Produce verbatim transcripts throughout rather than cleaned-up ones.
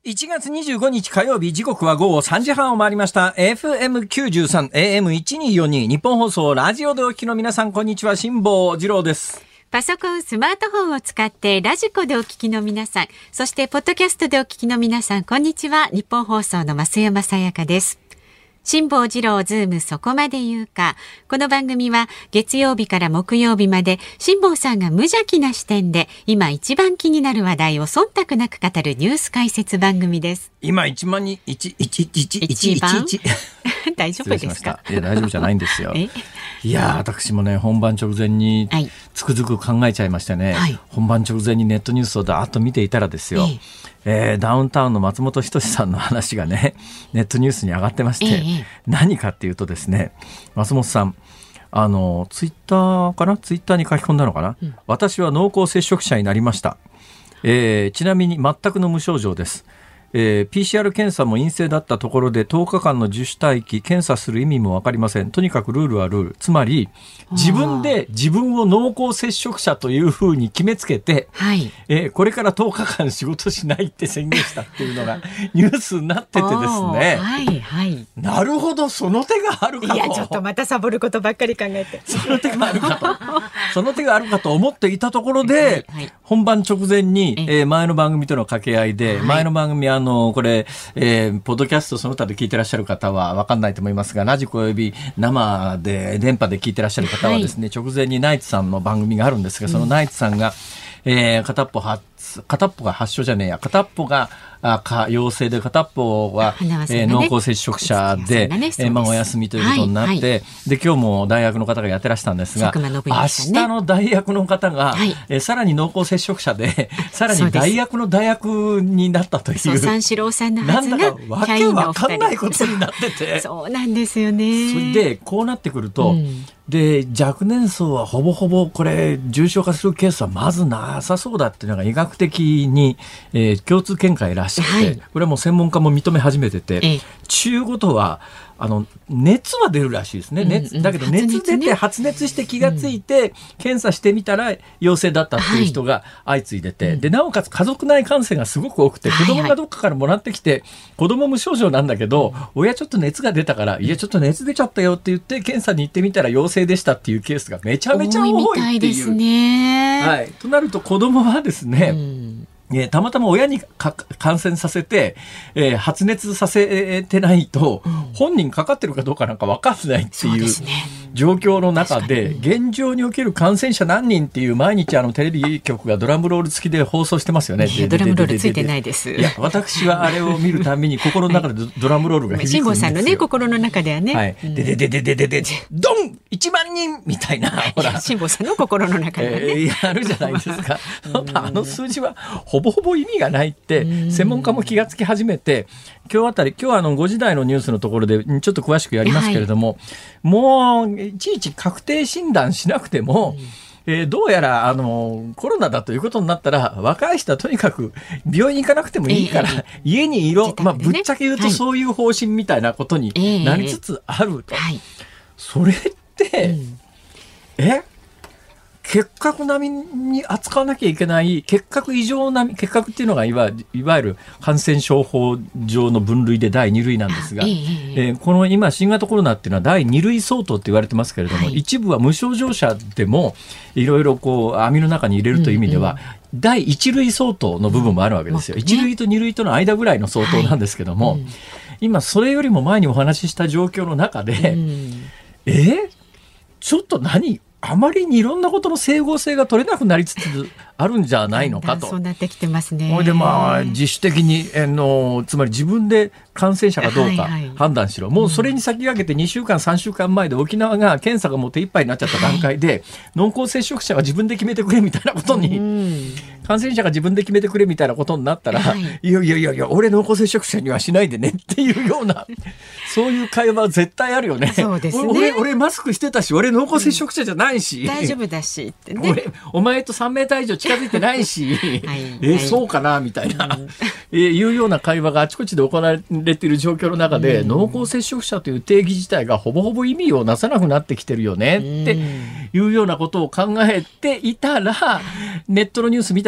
いちがつにじゅうごにち火曜日、時刻は午後さんじはんを回りました。エフエムきゅうじゅうさん、エーエムせんにひゃくよんじゅうに 日本放送ラジオでお聞きの皆さん、こんにちは。辛坊治郎です。 パソコン、スマートフォンを使ってラジコでお聞きの皆さん、そしてポッドキャストでお聞きの皆さん、こんにちは。日本放送の増山さやかです。辛坊治郎ズームそこまで言うか。この番組は月曜日から木曜日まで辛坊さんが無邪気な視点で今一番気になる話題を忖度なく語るニュース解説番組です。 今一番に一一一一一一大丈夫ですか？ いや大丈夫じゃないんですよ。えいや私もね本番直前につくづく考えちゃいましてね、はい、本番直前にネットニュースをだーっと見ていたらですよ、ええー、ダウンタウンの松本人志さんの話がねネットニュースに上がってまして、ええ、何かっていうとですね、松本さんあのツイッターかなツイッターに書き込んだのかな、うん、私は濃厚接触者になりました、えー、ちなみに全くの無症状です。えー、ピーシーアール 検査も陰性だったところでとおかかんの自主待機検査する意味も分かりません。とにかくルールはルール、つまり自分で自分を濃厚接触者というふうに決めつけて、はいえー、これからとおかかん仕事しないって宣言したっていうのがニュースになっててですね、 はいはい、 なるほどその手があるかと。 いやちょっとまたサボることばっかり考えてその手があるかとその手があるかと思っていたところで、はいはい、本番直前に、えー、前の番組との掛け合いで、はい、前の番組あのこれ、えー、ポッドキャストその他で聞いてらっしゃる方は分かんないと思いますが、ラジコおよび生で電波で聞いてらっしゃる方はですね、はい、直前にナイツさんの番組があるんですが、そのナイツさんが、うんえー、片っぽ発片っぽが発症じゃねえや片っぽがあか陽性で片っぽは、ねえー、濃厚接触者で、ねえーまあ、お休みということになって、はいはい、で今日も大学の方がやってらしたんですが、ね、明日の大学の方が、はいえー、さらに濃厚接触者でさらに大学の大学になったという、 そう三四郎さんのはずがなんだかわけわかんないことになっててそうなんですよね。 それでこうなってくると、うんで若年層はほぼほぼこれ重症化するケースはまずなさそうだっていうのが医学的に、えー、共通見解らしくて、はい、これはもう専門家も認め始めてて、ええ、中ことはあの熱は出るらしいですね、熱、うんうん、だけど熱出て発熱して気がついて、うん、検査してみたら陽性だったっていう人が相次いでて、はい、でなおかつ家族内感染がすごく多くて、はいはい、子供がどっかからもらってきて子供無症状なんだけど、うん、親ちょっと熱が出たからいやちょっと熱出ちゃったよって言って検査に行ってみたら陽性でしたっていうケースがめちゃめちゃ多いっていう、多いみたいですね、はい、となると子供はですね、うんえー、たまたま親に感染させて、えー、発熱させてないと、うん、本人かかってるかどうかなんか分かんないっていう状況の中で、現状における感染者何人っていう毎日あのテレビ局がドラムロール付きで放送してますよね。 ドラムロールついてないです。 いや私はあれを見るたびに心の中でドラムロールが響くんですよ。 辛坊さんのね心の中ではね、はい、 でででででででドンいちまんにんみたいなほら辛坊さんの心の中ではね、 えー、やるじゃないですかあの数字はほぼほぼ意味がないって専門家も気がつき始めて、今日あたり今日はあのごじ台のニュースのところでちょっと詳しくやりますけれども、はい、もういちいち確定診断しなくても、うんえー、どうやらあのコロナだということになったら若い人はとにかく病院に行かなくてもいいから、えー、家にいろ、ねまあ、ぶっちゃけ言うとそういう方針みたいなことになりつつあると、えーはい、それって、うん、え結核並みに扱わなきゃいけない結核異常並み結核っていうのがいわ、いわゆる感染症法上の分類でだいに類なんですが、えーえー、この今新型コロナっていうのはだいに類相当って言われてますけれども、はい、一部は無症状者でもいろいろこう網の中に入れるという意味では、うんうん、だいいち類相当の部分もあるわけですよ、うんね、いち類とに類との間ぐらいの相当なんですけども、はいうん、今それよりも前にお話しした状況の中で、うん、えー、ちょっと何あまりにいろんなことの整合性が取れなくなりつつあるんじゃないのかと。 そうなってきてますね。 それでまあ自主的にえのつまり自分で感染者かどうか判断しろ、はいはい、もうそれに先駆けてにしゅうかんさんしゅうかんまえで沖縄が検査がもう手一杯になっちゃった段階で、はい、濃厚接触者は自分で決めてくれみたいなことに、うん、感染者が自分で決めてくれみたいなことになったら、はい、いやいやいやいや俺濃厚接触者にはしないでねっていうようなそういう会話は絶対あるよね。 そうですね。 俺、俺マスクしてたし俺濃厚接触者じゃないし、 うん、大丈夫だしってね、 俺お前とさんメーター以上近づいてないし、はい、えー、そうかなみたいな、うんえー、いうような会話があちこちで行われている状況の中で、うん、濃厚接触者という定義自体がほぼほぼ意味をなさなくなってきてるよねっていうようなことを考えていたら、ネットのニュース見た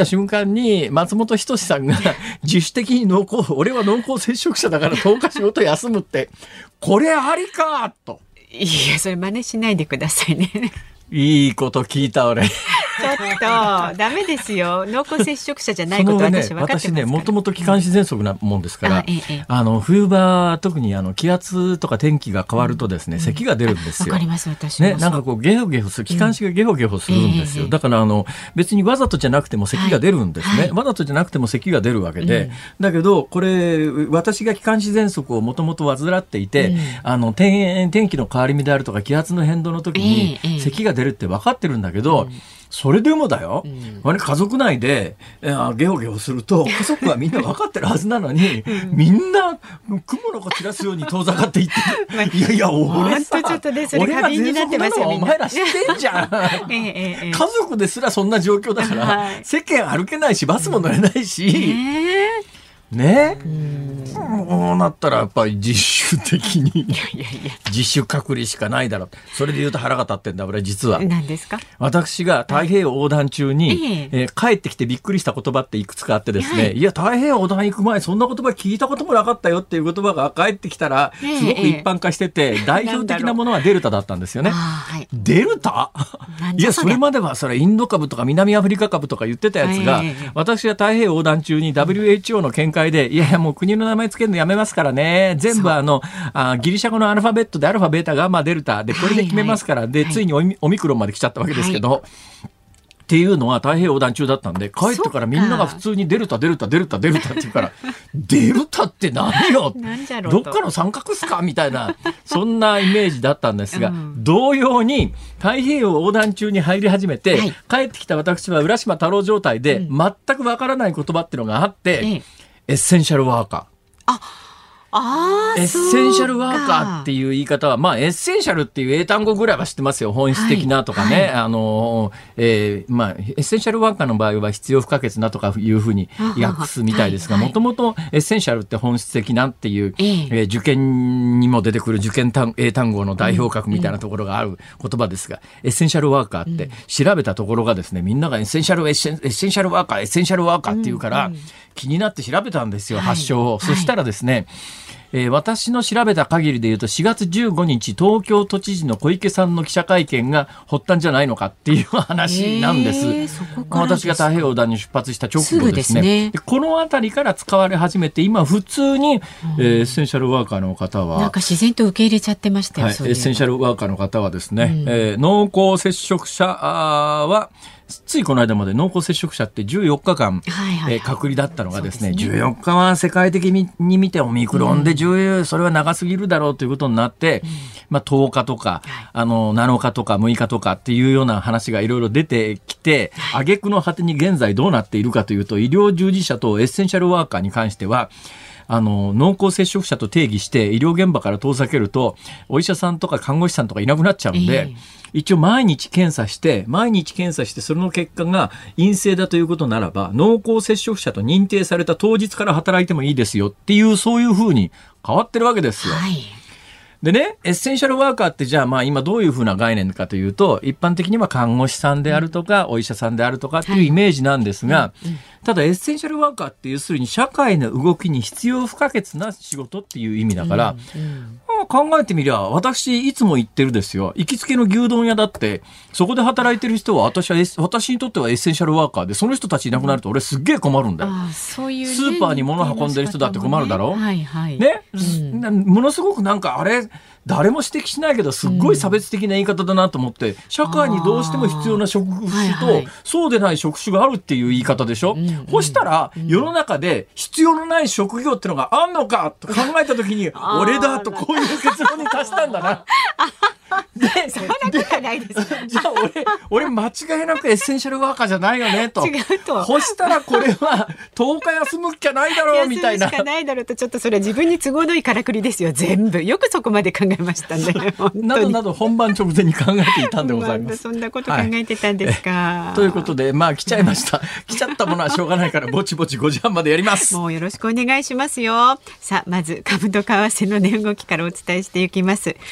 った瞬間に松本人志さんが自主的に濃厚俺は濃厚接触者だからとおか仕事休むってこれありかと。 いやそれ真似しないでくださいね。 いいこと聞いた俺。 ちょっとダメですよ。濃厚接触者じゃないことは私分かってますから。 私ねもともと気管支喘息なもんですから、うん、あ、ええ、あの冬場特にあの気圧とか天気が変わるとですね、うん、咳が出るんですよ。 わかります私も、 ね、なんかこうゲホゲホする気管支がゲホゲホするんですよ、うん、だからあの別にわざとじゃなくても咳が出るんですね、はいはい、わざとじゃなくても咳が出るわけで、うん、だけどこれ私が気管支喘息をもともと患っていて、うん、あの 天, 天気の変わり目であるとか気圧の変動の時に咳が出るって分かってるんだけど、うん、それでもだよ、うん、家族内でゲホゲホすると家族はみんな分かってるはずなのに、うん、みんな雲の子散らすように遠ざかっていって、まあ、いやいや俺さちょっとねそれ過敏になってますよ。 俺が喘息なのはお前ら知ってんじゃん、ええええ、家族ですらそんな状況だから、はい、世間歩けないしバスも乗れないし、えー、ねえ、そうなったらやっぱり自主的にいやいやいや自主隔離しかないだろう。それで言うと腹が立ってんだ俺実は。 何ですか。 私が太平洋横断中に、えええー、帰ってきてびっくりした言葉っていくつかあってですね、はい、いや太平洋横断行く前そんな言葉聞いたこともなかったよっていう言葉が帰ってきたらすごく一般化してて、ええ、代表的なものはデルタだったんですよね。はい、デルタいやそれまではそれインド株とか南アフリカ株とか言ってたやつが、ええ、私が太平洋横断中に ダブリューエイチオー の見解でいやいやもう国の名前つけるのやめますからね、全部あのあギリシャ語のアルファベットでアルファベータガンマデルタでこれで決めますから、はいはい、でついにオ ミ, オミクロンまで来ちゃったわけですけど、はい、っていうのは太平洋横断中だったんで帰ってからみんなが普通にデルタデルタデルタデルタって言うからデルタって何よどっかの三角っすかみたいなそんなイメージだったんですが、うん、同様に太平洋横断中に入り始めて、はい、帰ってきた私は浦島太郎状態で、うん、全くわからない言葉っていうのがあって、うん、エッセンシャルワーカー、ああエッセンシャルワーカーっていう言い方はまあエッセンシャルっていう英単語ぐらいは知ってますよ。本質的なとかね、はいはい、あのえー、まあエッセンシャルワーカーの場合は必要不可欠なとかいうふうに訳すみたいですが、もともとエッセンシャルって本質的なっていう、えーえー、受験にも出てくる受験単英単語の代表格みたいなところがある言葉ですが、うん、エッセンシャルワーカーって調べたところがですね、みんながエッセンシャルエッセン、エッセンシャルワーカーエッセンシャルワーカーっていうから、うんうん、気になって調べたんですよ、はい、発祥を。そしたらですね、えー、私の調べた限りで言うとしがつじゅうごにち東京都知事の小池さんの記者会見が発端じゃないのかっていう話なんです。えー、そこからですか。私が太平洋横断に出発した直後ですね。ですね。でこのあたりから使われ始めて今普通に、うん、えー、エッセンシャルワーカーの方はなんか自然と受け入れちゃってましたよ、はい、 エッセンシャルワーカーの方はですね、うん、えー、濃厚接触者はついこの間まで濃厚接触者ってじゅうよっかかん、はいはいはい、えー、隔離だったのがですね、そうですね、じゅうよっかは世界的に見てオミクロンでじゅうそれは長すぎるだろうということになって、うん、まあ、とおかとか、はい、あのなのかとかむいかとかっていうような話がいろいろ出てきて、はい、挙句の果てに現在どうなっているかというと、医療従事者とエッセンシャルワーカーに関してはあの濃厚接触者と定義して医療現場から遠ざけるとお医者さんとか看護師さんとかいなくなっちゃうんで、えー、一応毎日検査して毎日検査してその結果が陰性だということならば濃厚接触者と認定された当日から働いてもいいですよっていうそういうふうに変わってるわけですよ。はい、でね、エッセンシャルワーカーってじゃあまあ今どういうふうな概念かというと、一般的には看護師さんであるとか、うん、お医者さんであるとかっていうイメージなんですが、はい、うんうん、ただエッセンシャルワーカーって要するに社会の動きに必要不可欠な仕事っていう意味だから、うんうん、考えてみりゃ私いつも言ってるですよ、行きつけの牛丼屋だってそこで働いてる人は私は私にとってはエッセンシャルワーカーで、その人たちいなくなると俺すっげえ困るんだよ。ああ、そういうね、スーパーに物運んでる人だって困るだろ、ね、はいはいね、うん、ものすごくなんかあれ誰も指摘しないけどすっごい差別的な言い方だなと思って、うん、社会にどうしても必要な職種と、はいはい、そうでない職種があるっていう言い方でしょ、うんうん、そしたら、うん、世の中で必要のない職業ってのがあんのかと考えた時に俺だとこういう結論に達したんだな。でそんなことはないです。 じゃあ俺俺間違いなくエッセンシャルワーカーじゃないよねと。 違うと。 そしたらこれはとおか休むっきゃないだろうみたいな。 休むしかないだろうと、ちょっとそれ自分に都合のいいからくりですよ全部。よくそこまで考えましたね。 などなど本番直前に考えていたんでございます。 そんなこと考えてたんですか。 はい、ということでまあ来ちゃいました。来ちゃったものはしょうがないからぼちぼちごじはんまでやります。 もうよろしくお願いしますよ。さあまず株と為替の値動きからお伝えしていきます。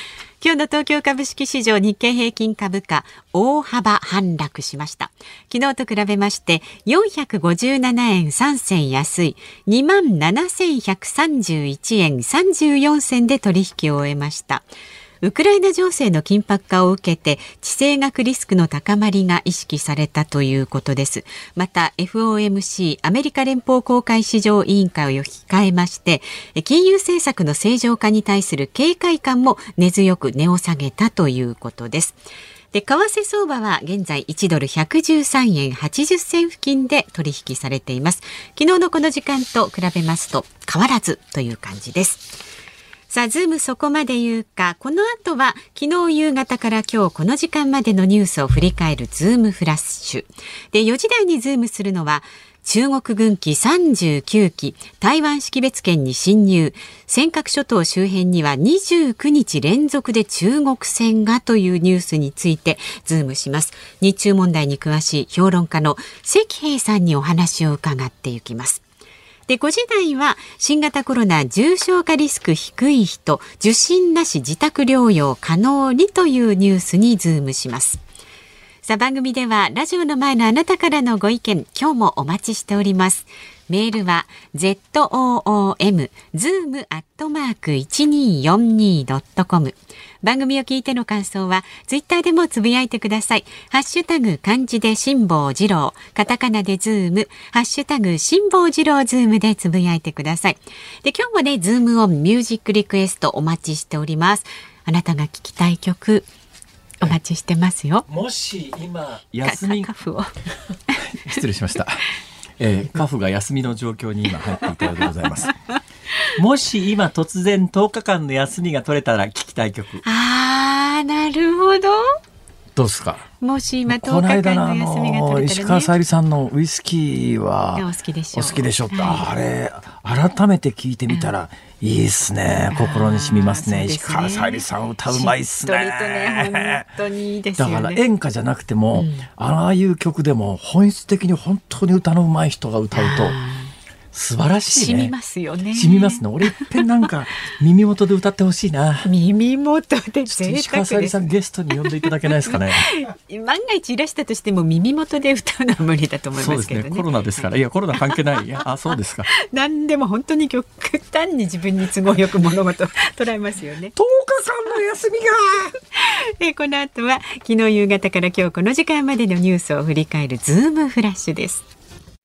今日の東京株式市場日経平均株価大幅反落しました。昨日と比べましてよんひゃくごじゅうななえんさんせん安い にまんななせんひゃくさんじゅういちえんさんじゅうよんせんで取引を終えました。ウクライナ情勢の緊迫化を受けて地政学リスクの高まりが意識されたということです。また エフオーエムシー アメリカ連邦公開市場委員会を控えまして金融政策の正常化に対する警戒感も根強く値を下げたということです。で、為替相場は現在いちドルひゃくじゅうさんえんはちじゅっせん付近で取引されています。昨日のこの時間と比べますと変わらずという感じです。さあ、ズームそこまで言うか。この後は昨日夕方から今日この時間までのニュースを振り返るズームフラッシュ。で、よじ台にズームするのは中国軍機さんじゅうきゅうき、台湾識別圏に侵入。尖閣諸島周辺にはにじゅうくにち連続で中国船がというニュースについてズームします。日中問題に詳しい評論家の関平さんにお話を伺っていきます。で、ごじ台は新型コロナ重症化リスク低い人、受診なし自宅療養可能にというニュースにズームします。さあ、番組ではラジオの前のあなたからのご意見、今日もお待ちしております。メールは ズーム ズーム アットマーク いちにーよんにー ドットコム。番組を聞いての感想はツイッターでもつぶやいてください。ハッシュタグ漢字で辛坊治郎、カタカナでズーム、ハッシュタグ辛坊治郎ズームでつぶやいてください。で、今日もね、ズームオンミュージックリクエストお待ちしております。あなたが聞きたい曲お待ちしてますよ。 もし今休みカフを失礼しました。えー、カフが休みの状況に今入っていたようでございます。もし今突然とおかかんの休みが取れたら聞きたい曲。 あー、なるほど。 どうですか。 もし今とおかかんの休みが取れたら、ね、 石川さゆりさんのウイスキーはお好きでしょう。 お好きでしょう、 はい、 あれ改めて聞いてみたら、うん、いいっすね。心に染みますね。石川さゆりさん歌うまいっすね。 しっとりとね、本当にいいですよね。 だから演歌じゃなくても、うん、ああいう曲でも本質的に本当に歌のうまい人が歌うと素晴らしいね。 染みますよね。 染みますね。俺いっぺんなんか耳元で歌ってほしいな。 耳元で贅沢です。 石川さゆりさんゲストに呼んでいただけないですかね。 万が一いらしたとしても耳元で歌うのは無理だと思いますけどね。 そうですね。コロナですから。いや、コロナ関係ない。いや、あ、そうですか。 何でも本当に極端に自分に都合よく物事を捉えますよね。 とおかかんの休みがえこの後は昨日夕方から今日この時間までのニュースを振り返るズームフラッシュです。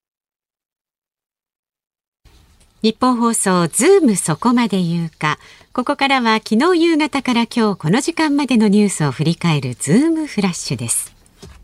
日本放送ズームそこまで言うか。ここからは昨日夕方から今日この時間までのニュースを振り返るズームフラッシュです。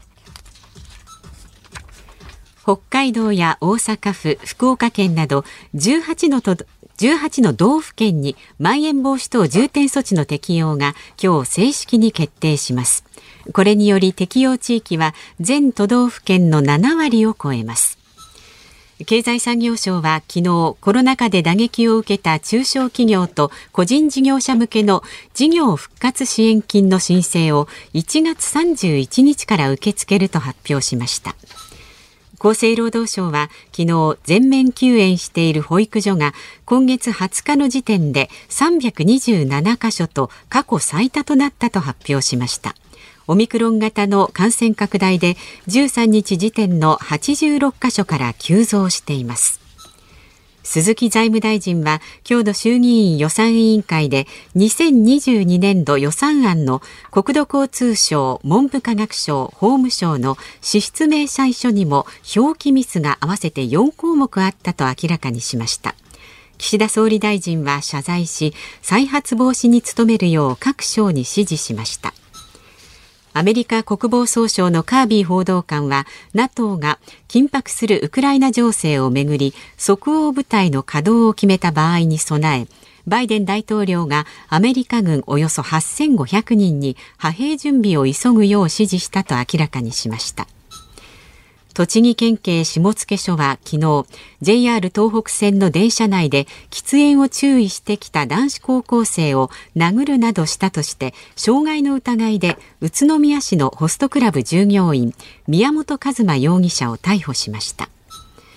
北海道や大阪府、福岡県などじゅうはちの都じゅうはちの道府県にまん延防止等重点措置の適用が今日正式に決定します。これにより適用地域は全都道府県のななわりを超えます。経済産業省は昨日コロナ禍で打撃を受けた中小企業と個人事業者向けの事業復活支援金の申請をいちがつさんじゅういちにちから受け付けると発表しました。厚生労働省は昨日全面休園している保育所が今月はつかの時点でさんびゃくにじゅうななかしょと過去最多となったと発表しました。オミクロン型の感染拡大でじゅうさんにち時点のはちじゅうろっかしょから急増しています。鈴木財務大臣は今日の衆議院予算委員会でにせんにじゅうにねんど予算案の国土交通省、文部科学省、法務省の支出明細書にも表記ミスが合わせてよんこうもくあったと明らかにしました。岸田総理大臣は謝罪し、再発防止に努めるよう各省に指示しました。アメリカ国防総省のカービー報道官は ナトー が緊迫するウクライナ情勢をめぐり即応部隊の稼働を決めた場合に備え、バイデン大統領がアメリカ軍およそはっせんごひゃくにんに派兵準備を急ぐよう指示したと明らかにしました。栃木県警下野署は昨日 ジェイアール 東北線の電車内で喫煙を注意してきた男子高校生を殴るなどしたとして傷害の疑いで宇都宮市のホストクラブ従業員宮本一馬容疑者を逮捕しました。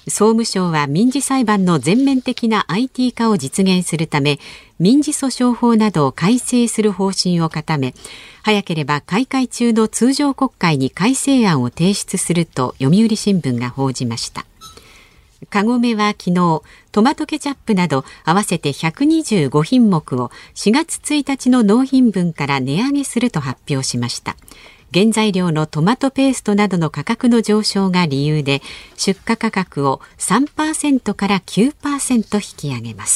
総務省は民事裁判の全面的な アイティー 化を実現するため、民事訴訟法などを改正する方針を固め、早ければ開会中の通常国会に改正案を提出すると読売新聞が報じました。カゴメは昨日、トマトケチャップなど合わせてひゃくにじゅうごひんもくをしがつついたちの納品分から値上げすると発表しました。原材料のトマトペーストなどの価格の上昇が理由で、出荷価格を さんパーセント から きゅうパーセント 引き上げます。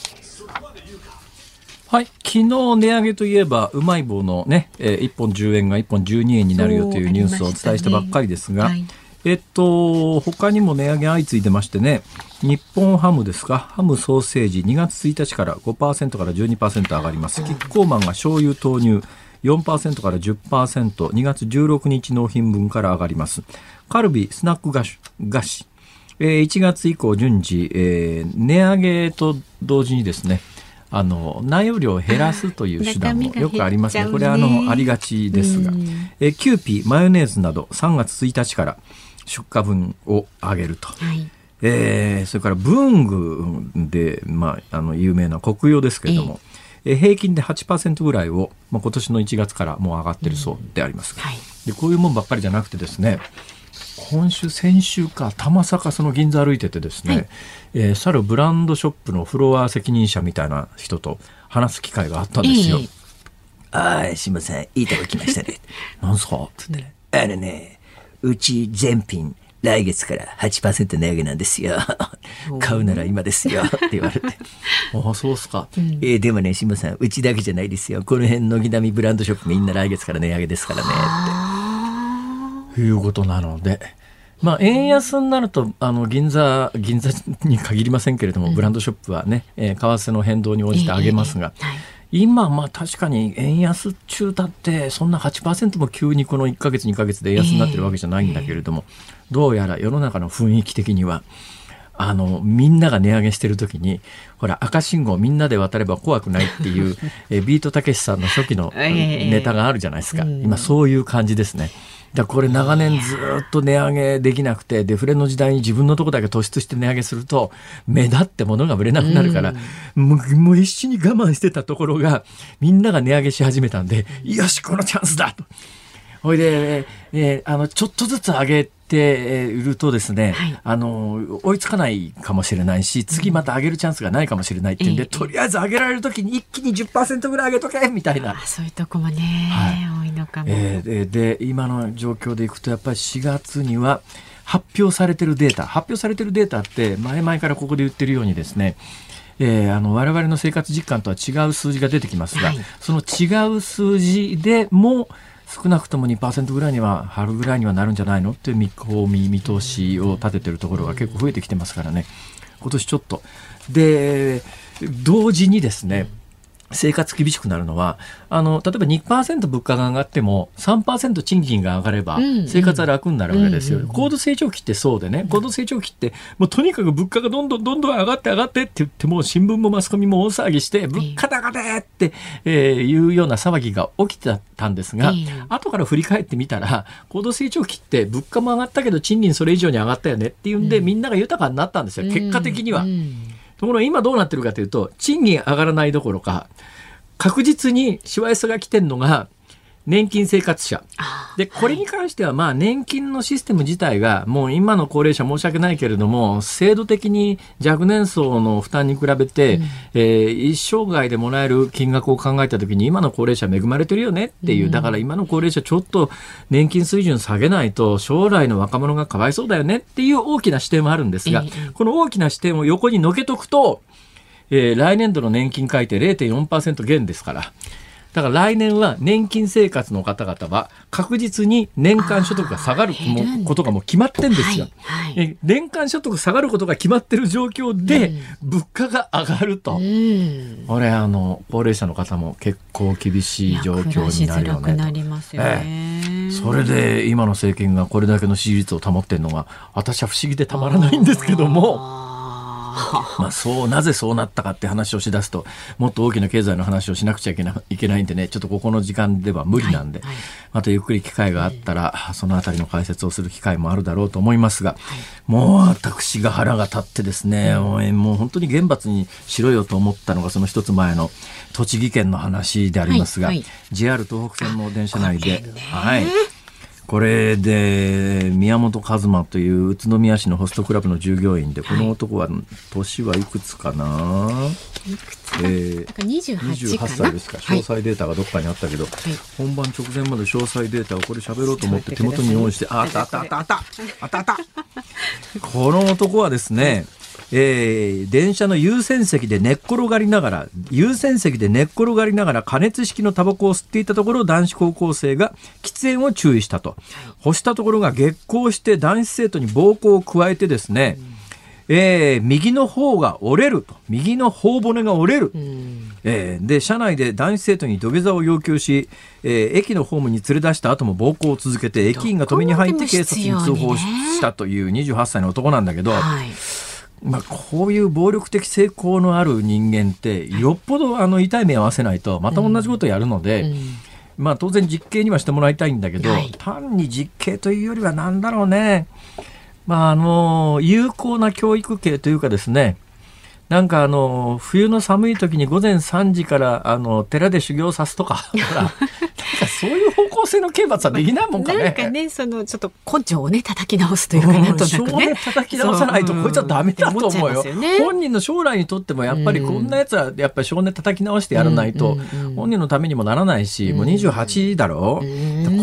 はい、昨日値上げといえばうまい棒のね、えー、いっぽんじゅうえんがいっぽんじゅうにえんになるよというニュースをお伝えしたばっかりですが、はい、えっと他にも値上げ相次いでましてね、日本ハムですか、ハムソーセージにがつついたちから ごパーセント から じゅうにパーセント 上がります。キッコーマンが醤油豆乳よんパーセント から じゅっパーセント、にがつじゅうろくにち納品分から上がります。カルビスナック菓子、菓子えー、いちがつ以降順次、えー、値上げと同時にですね、あの内容量を減らすという手段もよくありますね。これはあのありがちですが、えー、キューピーマヨネーズなどさんがつついたちから出荷分を上げると、はい、えー、それから文具で、まあ、あの有名な国用ですけれども、えー、平均で はちパーセント ぐらいを、まあ、今年のいちがつからもう上がってるそうでありますが、はい、でこういうもんばっかりじゃなくてですね、今週先週かたまさかその銀座歩いててですね、はい、えー、去るブランドショップのフロア責任者みたいな人と話す機会があったんですよ。えー、 あーすいません、いいとこ来ましたねなんすかって言って、 あのね、うち全品来月から はちパーセント 値上げなんですよ買うなら今ですよって言われてああそうっすか、 うん、えー、でもね、島さん、うちだけじゃないですよ、この辺軒並みブランドショップみんな来月から値上げですからねっていうことなので、まあ、円安になるとあの銀座銀座に限りませんけれども、うん、ブランドショップはね、えー、為替の変動に応じて上げますが、えーはい、今まあ確かに円安中だってそんな はちパーセント も急にこのいっかげつにかげつで円安になってるわけじゃないんだけれども、えー、どうやら世の中の雰囲気的にはあのみんなが値上げしてる時にほら赤信号みんなで渡れば怖くないっていうえビートたけしさんの初期のネタがあるじゃないですか、えー、今そういう感じですね。だこれ長年ずっと値上げできなくてデフレの時代に自分のとこだけ突出して値上げすると目立って物が売れなくなるから、うん、もう、もう必死に我慢してたところがみんなが値上げし始めたんで、よしこのチャンスだと。ほいで、えー、あのちょっとずつ上げて売るとですね、はい、あの追いつかないかもしれないし次また上げるチャンスがないかもしれないっていうんで、うん、とりあえず上げられるときに一気に じゅっパーセント ぐらい上げとけみたいな、 あそういうとこもね、はい、多いのかも、 えー、で, で今の状況でいくとやっぱりしがつには発表されてるデータ発表されてるデータって前々からここで言ってるようにですね、えー、あの我々の生活実感とは違う数字が出てきますが、はい、その違う数字でも少なくとも にパーセント ぐらいには春ぐらいにはなるんじゃないのっていう見込み見通しを立ててるところが結構増えてきてますからね、今年ちょっとで同時にですね、生活厳しくなるのはあの例えば にパーセント 物価が上がっても さんパーセント 賃金が上がれば生活は楽になるわけですよ、うんうん、高度成長期ってそうでね、高度成長期ってもうとにかく物価がどんどんどんどん上がって上がってって言っても新聞もマスコミも大騒ぎして物価高でって、えー、いうような騒ぎが起きてたんですが、うん、後から振り返ってみたら高度成長期って物価も上がったけど賃金それ以上に上がったよねっていうんで、うん、みんなが豊かになったんですよ、結果的には、うんうん、ところが今どうなってるかというと賃金上がらないどころか確実にしわ寄せが来てるのが年金生活者で、これに関してはまあ年金のシステム自体がもう今の高齢者申し訳ないけれども制度的に若年層の負担に比べて、うんえー、一生涯でもらえる金額を考えたときに今の高齢者恵まれてるよねっていう、だから今の高齢者ちょっと年金水準下げないと将来の若者がかわいそうだよねっていう大きな視点もあるんですが、この大きな視点を横にのけとくとえー、来年度の年金改定 れいてんよんパーセント 減ですから、だから来年は年金生活の方々は確実に年間所得が下がることがもう決まってんですよ、はいはい、え年間所得下がることが決まってる状況で物価が上がると、うん、これあの高齢者の方も結構厳しい状況になるよねと、 なりますよね、えー、それで今の政権がこれだけの支持率を保っているのが私は不思議でたまらないんですけども、 まあ、そうなぜそうなったかって話をしだすともっと大きな経済の話をしなくちゃいけない、いけないんでね、ちょっとここの時間では無理なんで、はいはい、またゆっくり機会があったら、うん、そのあたりの解説をする機会もあるだろうと思いますが、はい、もう私が腹が立ってですね、うん、もう本当に厳罰にしろよと思ったのがその一つ前の栃木県の話でありますが、はいはい、ジェイアール 東北線の電車内で、はい、これで宮本一馬という宇都宮市のホストクラブの従業員で、この男は年はいくつかな、いくつか、えー、 にじゅうはちかな、にじゅうはっさいですか。 詳細データがどっかにあったけど、はい、本番直前まで詳細データをこれ喋ろうと思って手元に用意して、あったあったあったあったあったあったこの男はですね、えー、電車の優先席で寝っ転がりながら優先席で寝っ転がりながら加熱式のタバコを吸っていたところ、男子高校生が喫煙を注意したと、干したところが激高して男子生徒に暴行を加えてですね、うん、えー、右の方が折れると、右の頬骨が折れる、うん、えー、で車内で男子生徒に土下座を要求し、えー、駅のホームに連れ出した後も暴行を続けて、駅員が止めに入って警察に通報したというにじゅうはっさいの男なんだけど、はい、まあ、こういう暴力的性向のある人間ってよっぽどあの痛い目を合わせないとまた同じことをやるので、うんうん、まあ、当然実刑にはしてもらいたいんだけど、はい、単に実刑というよりはなんだろうね、まあ、あの有効な教育刑というかですね、なんかあの冬の寒い時に午前さんじからあの寺で修行さすとかほらなんかそういう方向性の刑罰はできないもんかね。 なんかね、そのちょっと根性をね叩き直すというか、なんとなくね、 うん、叩き直さないとこいつはダメだと思うよ。うん、ね、本人の将来にとってもやっぱりこんなやつはやっぱり少年叩き直してやらないと本人のためにもならないし、もうにじゅうはちだろ、うん、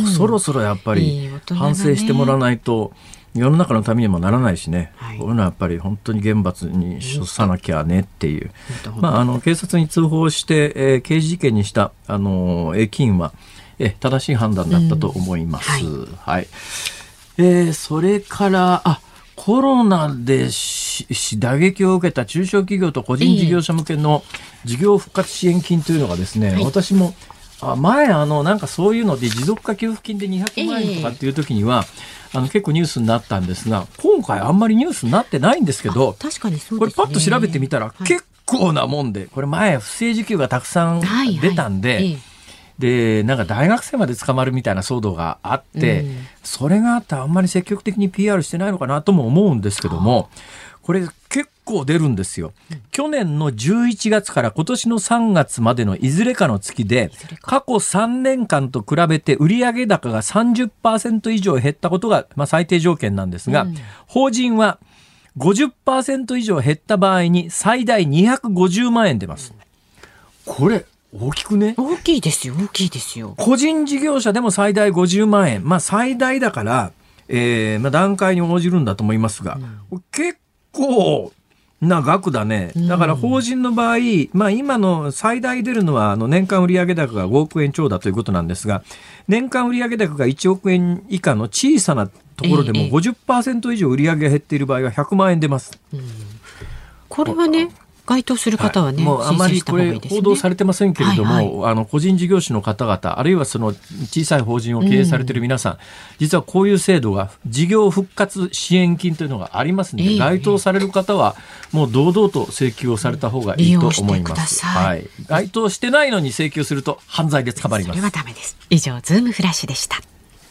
そろそろやっぱり反省してもらわないと世の中のためにもならないしね、はい、こういうのはやっぱり本当に厳罰に処さなきゃねっていう、まあ、あの警察に通報して、えー、刑事事件にしたあの駅員はえ正しい判断だったと思います、うん、はい、はい、えー、それからあコロナで打撃を受けた中小企業と個人事業者向けの事業復活支援金というのがですね、はい、私もあ前あのなんかそういうので持続化給付金でにひゃくまんえんとかっていう時には、えー、あの結構ニュースになったんですが、今回あんまりニュースになってないんですけど、 確かにそうですね、 これパッと調べてみたら、はい、結構なもんで、これ前不正受給がたくさん出たんで、はいはい、えーでなんか大学生まで捕まるみたいな騒動があって、うん、それがあってあんまり積極的に ピーアール してないのかなとも思うんですけども、これ結構出るんですよ、うん、去年のじゅういちがつから今年のさんがつまでのいずれかの月で過去さんねんかんと比べて売上高が さんじゅっパーセント 以上減ったことが、まあ、最低条件なんですが、うん、法人は ごじゅっパーセント 以上減った場合に最大にひゃくごじゅうまんえん出ます。これ大きくね。 大きいですよ、大きいですよ。 個人事業者でも最大ごじゅうまんえん、まあ最大だから、えーまあ、段階に応じるんだと思いますが、うん、結構な額だね。だから法人の場合、まあ今の最大出るのはあの年間売上高がごおくえん超だということなんですが、年間売上高がいちおくえん以下の小さなところでも ごじゅっパーセント 以上売上が減っている場合はひゃくまんえん出ます。うん、 これはね、該当する方はね、 はい、もうあまりこれ報道されてませんけれども、はいはい、あの個人事業主の方々あるいはその小さい法人を経営されている皆さん、うん、実はこういう制度が事業復活支援金というのがありますので、えー、該当される方はもう堂々と請求をされた方がいいと思います。はい、該当してないのに請求すると犯罪で捕まります。 それはダメです。以上ズームフラッシュでした。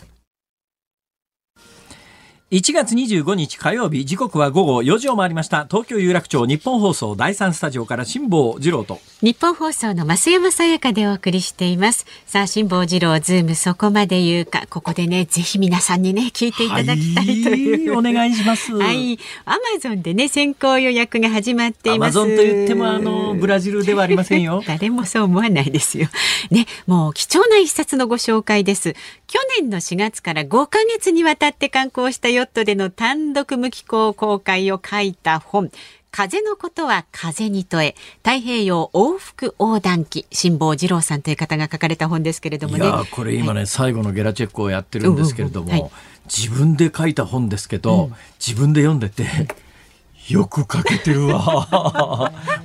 いちがつにじゅうごにち火曜日、時刻は午後よじを回りました。東京有楽町日本放送だいさんスタジオから辛坊治郎と日本放送の増山さやかでお送りしています。さあ辛坊治郎ズームそこまで言うか、ここでねぜひ皆さんにね聞いていただきたいという、 はい、お願いします。 はい、アマゾンでね先行予約が始まっています。 アマゾンと言ってもあのブラジルではありませんよ。 誰もそう思わないですよね。もう貴重な一冊のご紹介です。去年のしがつからごかげつにわたって観光したヨットでの単独無寄港航海を書いた本、風のことは風に問え、太平洋往復横断記、辛坊治郎さんという方が書かれた本ですけれどもね。 いやこれ今ね、はい、最後のゲラチェックをやってるんですけれども、うんうんはい、自分で書いた本ですけど、うん、自分で読んでてよく書けてるわ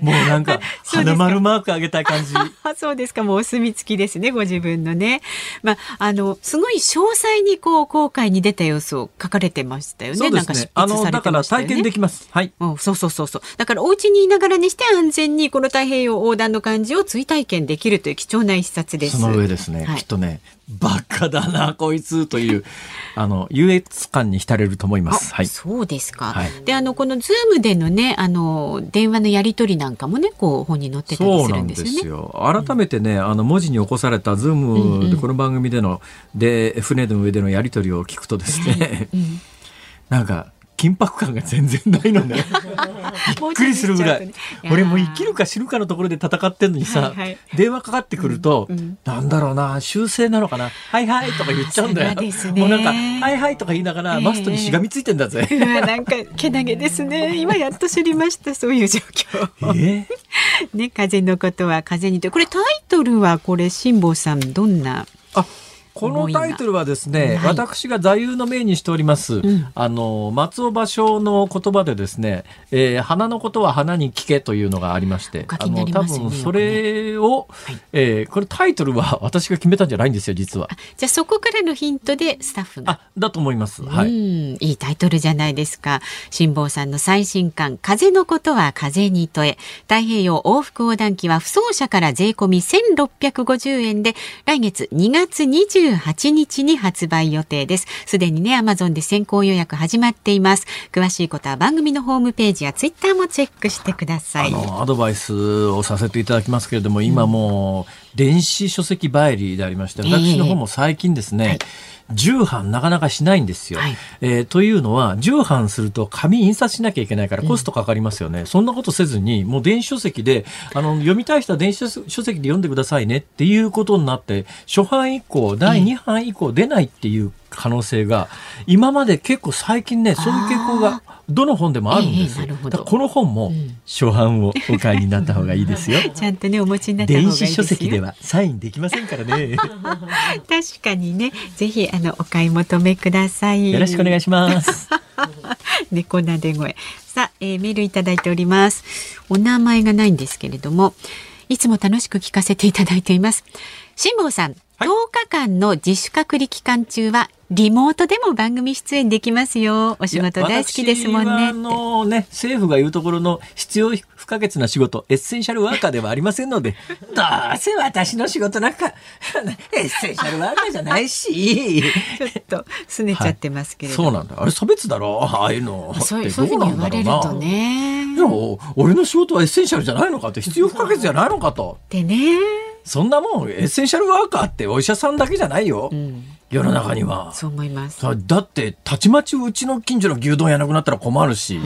もうなんか花丸マークあげたい感じ。 そうですか。もうお墨付きですね、ご自分のね。まあ、あのすごい詳細にこう航海に出た様子を書かれてましたよね。 そうですね。なんか執筆されてましたよね。あのだから体験できます。はい。 うん、そうそうそうそう。だからお家にいながらにして安全にこの太平洋横断の感じを追体験できるという貴重な一冊です。 その上ですね、はい、きっとね、バカだなこいつというあの優越感に浸れると思います。はい、 そうですか。はい、で、あのこのズームでのね、あの電話のやり取りなんかもね、こう本に載ってたりするんですよね。 そうなんですよ。改めてね、うん、あの文字に起こされたズームでこの番組での、うん、で船の上でのやり取りを聞くとですね、うん、なんか緊迫感が全然ないのね。びっくりするぐらい、ね、俺もう生きるか死ぬかのところで戦ってんのにさ、はいはい、電話かかってくると、うんうん、なんだろうな、修正なのかな、はいはいとか言っちゃうんだよ。ね、もうなんかはいはいとか言いながら、えー、マストにしがみついてんだぜ。 なんかけなげですね。今やっと知りました、そういう状況。えー、ね、風のことは風にと。これタイトルはこれ辛坊さんどんな？ あ、このタイトルはですね、はい、私が座右の銘にしております、うん、あの松尾芭蕉の言葉でですね、えー、花のことは花に聞けというのがありまして、 あの多分それを、はい、えー、これタイトルは私が決めたんじゃないんですよ、実は。 じゃあそこからのヒントでスタッフが。 あ、だと思います。はい、うん、 いいタイトルじゃないですか。辛坊さんの最新刊、風のことは風に問え、太平洋往復横断機は不走者から税込みせんろっぴゃくごじゅうえんで、来月にがつにじゅうはちにちに発売予定です。すでにね、アマゾンで先行予約始まっています。詳しいことは番組のホームページやツイッターもチェックしてください。 あのアドバイスをさせていただきますけれども、今もう電子書籍帰りでありまして、私の方も最近ですね、えーはい、重版なかなかしないんですよ、はい、えー、というのは重版すると紙印刷しなきゃいけないからコストかかりますよね、うん、そんなことせずにもう電子書籍であの読みたい人は電子書籍で読んでくださいねっていうことになって、初版以降だいにばん以降出ないっていう可能性が今まで結構最近ね、そういう傾向がどの本でもあるんです、えー、だからこの本も初版をお買いになった方がいいですよ。 ちゃんとねお持ちになった方がいいですよ。 電子書籍ではサインできませんからね。 確かにね、ぜひあのお買い求めください。 よろしくお願いします。 猫なで声。さあ、えー、メールいただいております。お名前がないんですけれども、いつも楽しく聞かせていただいています。辛坊さん、はい、とおかかんの自主隔離期間中はリモートでも番組出演できますよ。お仕事大好きですもんね。 あのね、政府が言うところの必要不可欠な仕事、エッセンシャルワーカーではありませんので、どうせ私の仕事なんかエッセンシャルワーカーじゃないし。 ちょっと拗ねちゃってますけれど、 はい、そうなんだ。あれ差別だろ、ああいうの。 そういうふうに言われるとね。 いや、俺の仕事はエッセンシャルじゃないのかって、必要不可欠じゃないのかと。 でね。 そんなもんエッセンシャルワーカーってお医者さんだけじゃないよ、うん、世の中には。 そう思います。 だってたちまちうちの近所の牛丼屋なくなったら困るし、うんうん、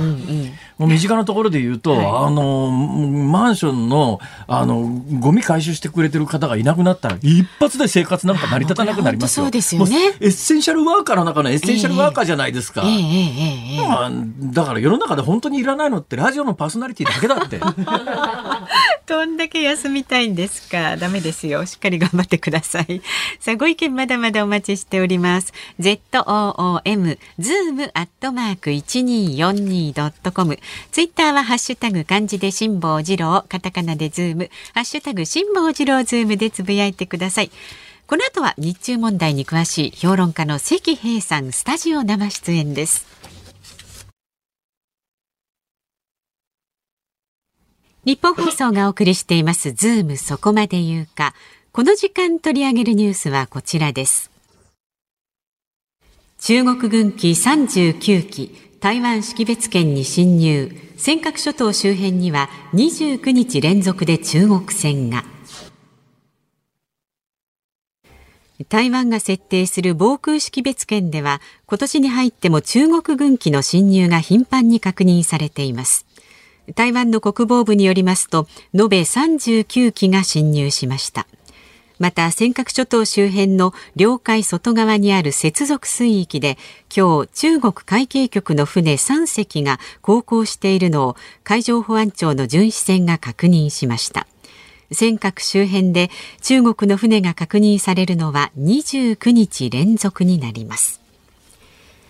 もう身近なところで言うと、はい、あのマンションのあのゴミ回収してくれてる方がいなくなったら一発で生活なんか成り立たなくなりますよ。 そうですよね。 エッセンシャルワーカーの中のエッセンシャルワーカーじゃないですか、えーえーえーまあ、だから世の中で本当にいらないのってラジオのパーソナリティだけだって。 どんだけ休みたいんですか。ダメですよ。しっかり頑張ってください。さあ、ご意見まだまだお待ちしております。ズーム ズーム アットマーク いちにーよんにー ドットコム。ツイッターはハッシュタグ漢字で辛坊治郎、カタカナでズーム、ハッシュタグ辛坊治郎ズームでつぶやいてください。この後は日中問題に詳しい評論家の関平さん、スタジオ生出演です。日本放送がお送りしていますズームそこまで言うか。この時間取り上げるニュースはこちらです。中国軍機さんじゅうきゅうき台湾識別圏に侵入。尖閣諸島周辺にはにじゅうくにち連続で中国船が。台湾が設定する防空識別圏では今年に入っても中国軍機の侵入が頻繁に確認されています。台湾の国防部によりますと、延べさんじゅうきゅうきが侵入しました。また尖閣諸島周辺の領海外側にある接続水域で今日中国海警局の船さんせきが航行しているのを海上保安庁の巡視船が確認しました。尖閣周辺で中国の船が確認されるのはにじゅうくにち連続になります。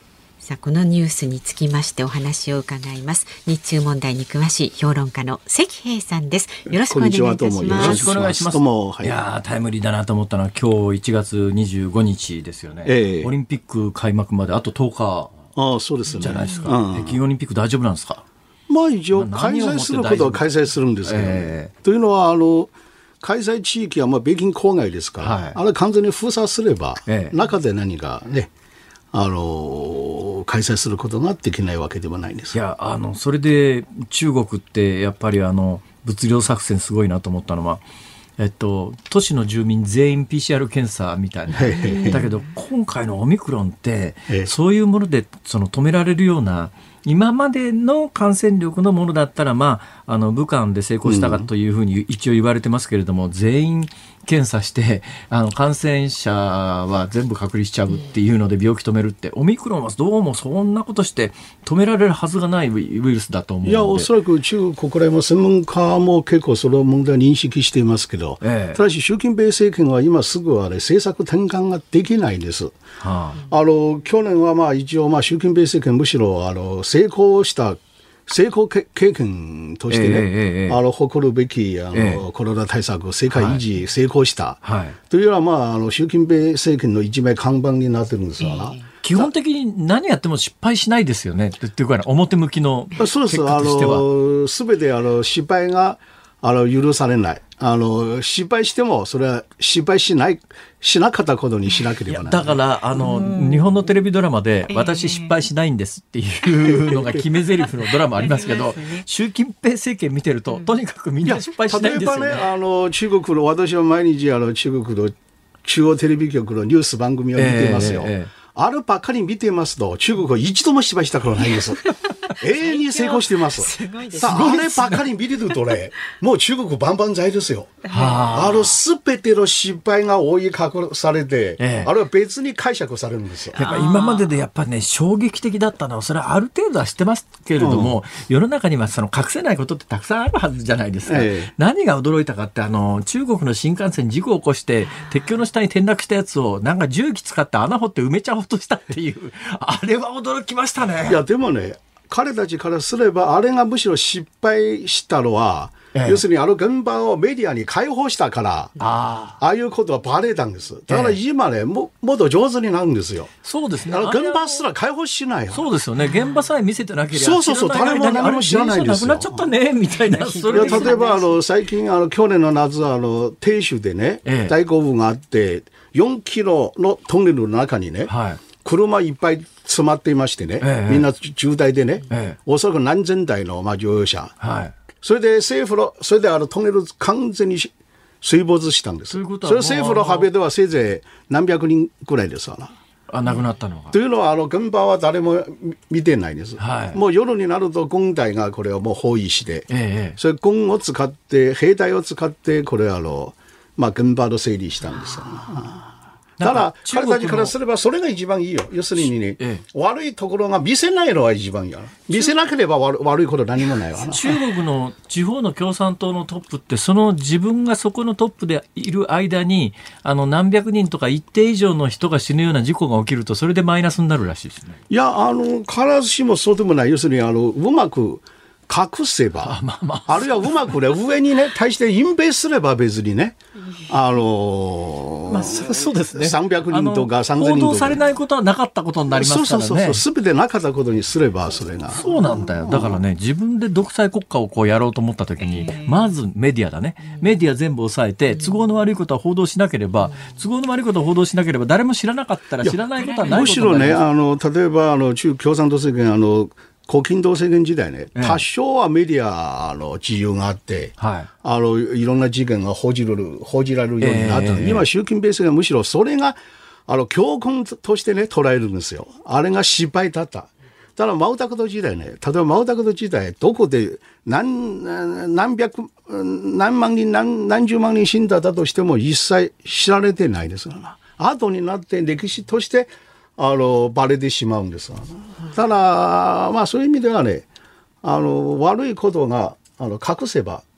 さあこのニュースにつきましてお話を伺います。日中問題に詳しい評論家の関平さんです。よろしくお願いいたします。 よろしくお願いします。はい、いやタイムリーだなと思ったのは今日いちがつにじゅうごにちですよね、えー、オリンピック開幕まであととおかじゃないですか。ああそうですね、北京オリンピック大丈夫なんですか。 まあ一応開催することは開催するんですけど、ねえー、というのはあの開催地域はまあ北京郊外ですから、はい、あれ完全に封鎖すれば、ええ、中で何かねあの開催することができないわけではないんです。 いやあのそれで中国ってやっぱりあの物量作戦すごいなと思ったのは、えっと、都市の住民全員 ピーシーアール 検査みたいなだけど今回のオミクロンってそういうものでその止められるような今までの感染力のものだったら、まあ、あの武漢で成功したかというふうに一応言われてますけれども、うん、全員検査してあの感染者は全部隔離しちゃうっていうので病気止めるってオミクロンはどうもそんなことして止められるはずがないウイルスだと思うので。 いやおそらく中国国内も専門家も結構その問題を認識していますけど、ええ、ただし習近平政権は今すぐあれ政策転換ができないんです、はあ、あの去年はまあ一応まあ習近平政権むしろあの成功した成功経験としてね、えーえー、あの誇るべきあの、えー、コロナ対策を世界維持成功した、はい、というのは、まあ、あの習近平政権の一枚看板になってるんですよな、えー、 基本的に何やっても失敗しないですよねっていうか表向きの結果としては。 そうです。すべてあの失敗があの許されない。あの失敗してもそれは失敗しないしなかったことにしなければならない。 だからあの日本のテレビドラマで私失敗しないんですっていうのが決め台詞のドラマありますけど習近平政権見てるととにかくみんな失敗しないんですよね。 例えばねあの中国の私は毎日あの中国の中央テレビ局のニュース番組を見ていますよ、えーえーあればっかり見ていますと中国は一度も失敗したことないんです永遠に成功しています。すごいですね。あればっかり見てるとねもう中国万々歳ですよ。あの全ての失敗が覆い隠されて、ええ、あれは別に解釈されるんですよ。 やっぱ今まででやっぱりね衝撃的だったのはそれはある程度は知ってますけれども、うん、世の中にはその隠せないことってたくさんあるはずじゃないですか、ええ、何が驚いたかってあの中国の新幹線事故を起こして鉄橋の下に転落したやつをなんか重機使って穴掘って埋めちゃおうとしたっていうあれは驚きましたね。 いやでもね彼たちからすればあれがむしろ失敗したのは、ええ、要するにあの現場をメディアに開放したからああいうことはバレたんです。だから今ね、ええ、も, もっと上手になるんですよ。 そうですね。 あの現場すら開放しないよ。 そうですよね。現場さえ見せてなければそうそうそう誰も何も知らないんですよ。 なくなっちゃったねみたいな。それいや例えばあの最近あの去年の夏あの鄭州でね、ええ、大洪水があってよんキロのトンネルの中にね、はい車いっぱい詰まっていましてね、ええ、みんな渋滞でね、ええ、おそらく何千台のまあ乗用車、はい、それで政府のそれであのトンネル完全に水没したんです。そういうことはそれ政府の発表ではせいぜい何百人くらいですわな。 あ亡くなったのがというのはあの現場は誰も見てないんです、はい、もう夜になると軍隊がこれをもう包囲して、ええ、それ軍を使って兵隊を使ってこれあの、まあ、現場の整理したんですよ、ね。ただ彼たちからすればそれが一番いいよ。要するにね、ええ、悪いところが見せないのは一番いいよ。見せなければ 悪, 悪いこと何もないわな。 中国の地方の共産党のトップってその自分がそこのトップでいる間にあの何百人とか一定以上の人が死ぬような事故が起きるとそれでマイナスになるらしいですね。 いやあの必ずしもそうでもない。要するにあのうまく隠せば あ,、まあまあ、あるいはうまくね上にね対して隠蔽すれば別にねあのーまあ、そうですねさんびゃくにんとかさんぜんにんとか報道されないことはなかったことになりますからね。 そうそうそうそう全てなかったことにすればそれがそうなんだよ。だからね自分で独裁国家をこうやろうと思った時にまずメディアだねメディア全部抑えて都合の悪いことは報道しなければ都合の悪いことを報道しなければ誰も知らなかったら知らないことはないことになります。 むしろねあの例えばあの中共産党政権あの胡錦涛政権時代ね、多少はメディアの自由があって、はい、あのいろんな事件が報じられる報じられるようになった、えー、今習近平政権はむしろそれがあの教訓としてね捉えるんですよ。あれが失敗だった。ただマオタクト時代ね、例えばマオタクト時代どこで 何, 何百何万人 何, 何十万人死んだだとしても一切知られてないですからな。後になって歴史としてあのバレてしまうんです。ただまあそういう意味ではねあの悪いことがあの隠せば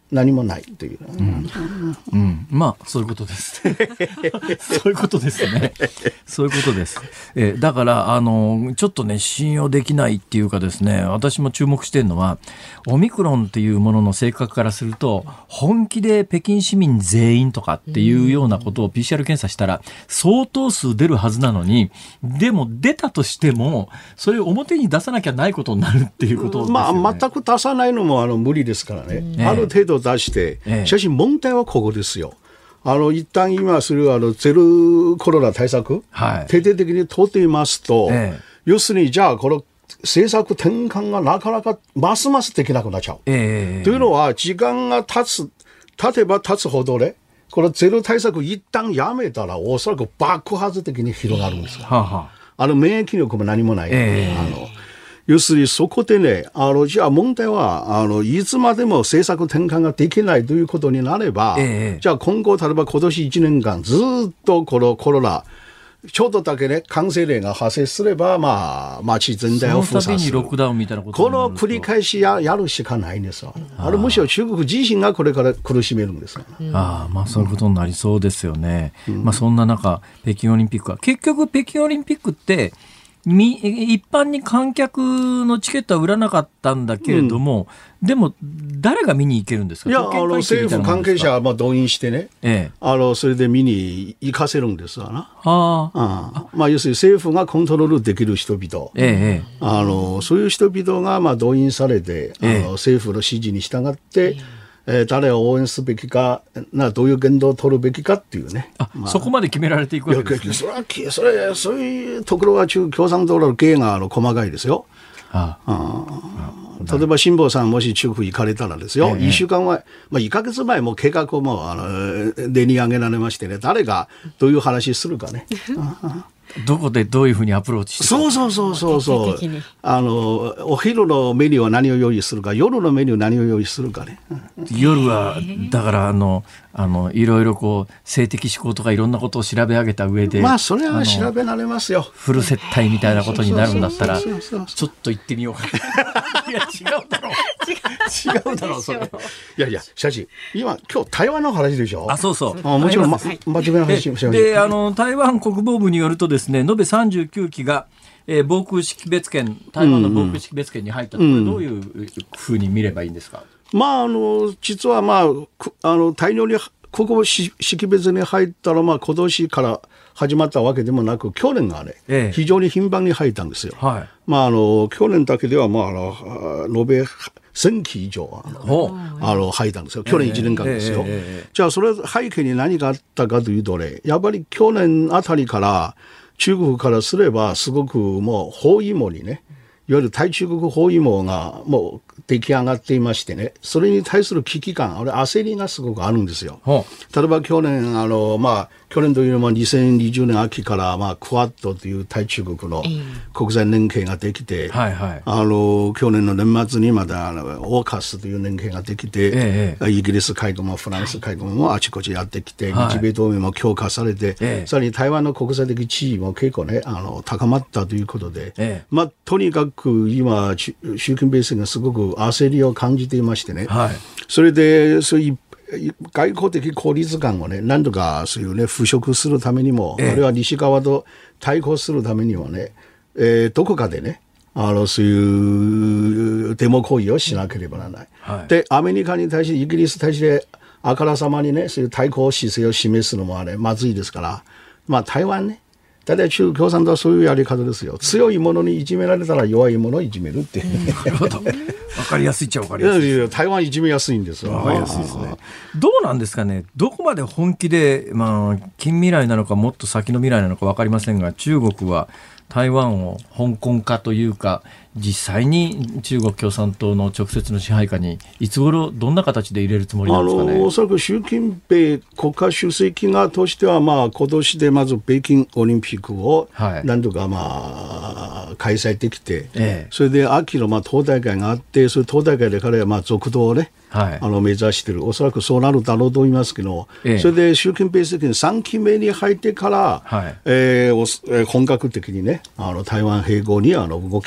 何もないという、 うんうん、まあそういうことですそういうことですねそういうことです、えー、だからあのちょっとね信用できないっていうかですね、私も注目しているのはオミクロンっていうものの性格からすると本気で北京市民全員とかっていうようなことを ピーシーアール 検査したら相当数出るはずなのに、でも出たとしてもそれを表に出さなきゃないことになるっていうことですよね。 まあ、全く出さないのもあの無理ですからね、うん、ある程度出して、ええ、しかし問題はここですよ。あの一旦今するあのゼロコロナ対策、はい、徹底的に取っていますと、ええ、要するにじゃあこの政策転換がなかなかますますできなくなっちゃう、ええ、というのは時間が経つ経てば経つほどね、このゼロ対策一旦やめたらおそらく爆発的に広がるんですよ、はあはあ、あの免疫力も何もない、えー、あの要するにそこでね、あのじゃあ問題はあのいつまでも政策転換ができないということになれば、えー、じゃあ今後例えば今年いちねんかんずっとこのコロナちょっとだけね感染例が発生すれば、まあ街全体を封鎖する、 その度にロックダウンみたいなことになるとこの繰り返し や, やるしかないんですよ。あれむしろ中国自身がこれから苦しめるんですよ、 うん、ああまあそういうことになりそうですよね、うん、まあそんな中北京オリンピックは結局北京オリンピックって一般に観客のチケットは売らなかったんだけれども、うん、でも誰が見に行けるんですか。 いやあの政府関係者はまあ動員してね、ええ、あのそれで見に行かせるんですわな。ああまあ、要するに政府がコントロールできる人々、ええ、あのそういう人々がまあ動員されて、ええ、あの政府の指示に従って、えー、誰を応援すべきかな、どういう言動を取るべきかっていうね、 あ、まあ、そこまで決められていくわけですね。 それはそれそういうところは中共産党の経営があの細かいですよ。あああ例えば辛坊さんもし中国行かれたらですよ、ええ、いっしゅうかんまえ、まあ、いっかげつまえも計画をもうあの例に挙げられましてね、誰がどういう話するかねどこでどういうふうにアプローチしてるか、 そうそうそうそうそう、あのお昼のメニューは何を用意するか、夜のメニュー何を用意するかね。 夜はだからあのあのいろいろこう性的指向とかいろんなことを調べ上げた上で、 まあそれは調べられますよ。 フル接待みたいなことになるんだったらちょっと行ってみようかいや違うだろう違うだろうそれ。 いやいやしかし今今日台湾の話でしょ。 あそうそう、 あもちろん、ま、真面目な話しましょう。 であの台湾国防部によるとですね、延べさんじゅうきゅうきがえー、防空識別圏、台湾の防空識別圏に入ったと、うんうん、これどういうふうに見ればいいんですか。 まあ、あの実は、まあ、あの大量にここ識別に入ったら、まあ、今年から始まったわけでもなく、去年がね、ええ、非常に頻繁に入ったんですよ。はい、まあ、あの去年だけでは、まあ、あの延べせんき以上あのあの入ったんですよ。去年いちねんかんですよ。ええええ、じゃあそれ背景に何があったかというとね、やっぱり去年あたりから中国からすればすごくもう包囲網にね、いわゆる対中国包囲網がもう出来上がっていましてね、それに対する危機感、あれ焦りがすごくあるんですよ。例えば去年あのまあ去年というのはにせんにじゅうねん秋からまあクアッドという対中国の国際連携ができて、はいはい、あの去年の年末にまたあのオーカスという連携ができて、ええ、イギリス海軍もフランス海軍もあちこちやってきて、はい、日米同盟も強化されて、ええ、さらに台湾の国際的地位も結構ねあの高まったということで、ええ、まあとにかく今習近平政権がすごく焦りを感じていましてね、はい、それでそういう外交的効率感をね、何とかそういうね、払拭するためにも、ええ、あるいは西側と対抗するためにもね、えー、どこかでね、あの、そういうデモ行為をしなければならない。はい、で、アメリカに対して、イギリスに対して、あからさまにね、そういう対抗姿勢を示すのもあれ、まずいですから、まあ、台湾ね、大体中国共産党はそういうやり方ですよ。強いものにいじめられたら弱いものをいじめるっていう。 なるほど。わかりやすいっちゃわかりやすい。 いやいや台湾いじめやすいんですよ。 わかりやすいですね。どうなんですかね。どこまで本気で、まあ、近未来なのかもっと先の未来なのかわかりませんが、中国は台湾を香港化というか、実際に中国共産党の直接の支配下にいつ頃どんな形で入れるつもりなんですかね。 あのおそらく習近平国家主席がとしては、まあ、今年でまず北京オリンピックを何とか、まあ、開催できて、ええ、それで秋のまあ党大会があって、それ党大会で彼はまあ続投をね、はい、あの目指している。おそらくそうなるだろうと思いますけど、ええ、それで習近平政権さんきめに入ってから、はい、えー、本格的にねあの台湾併合にあの動き出すと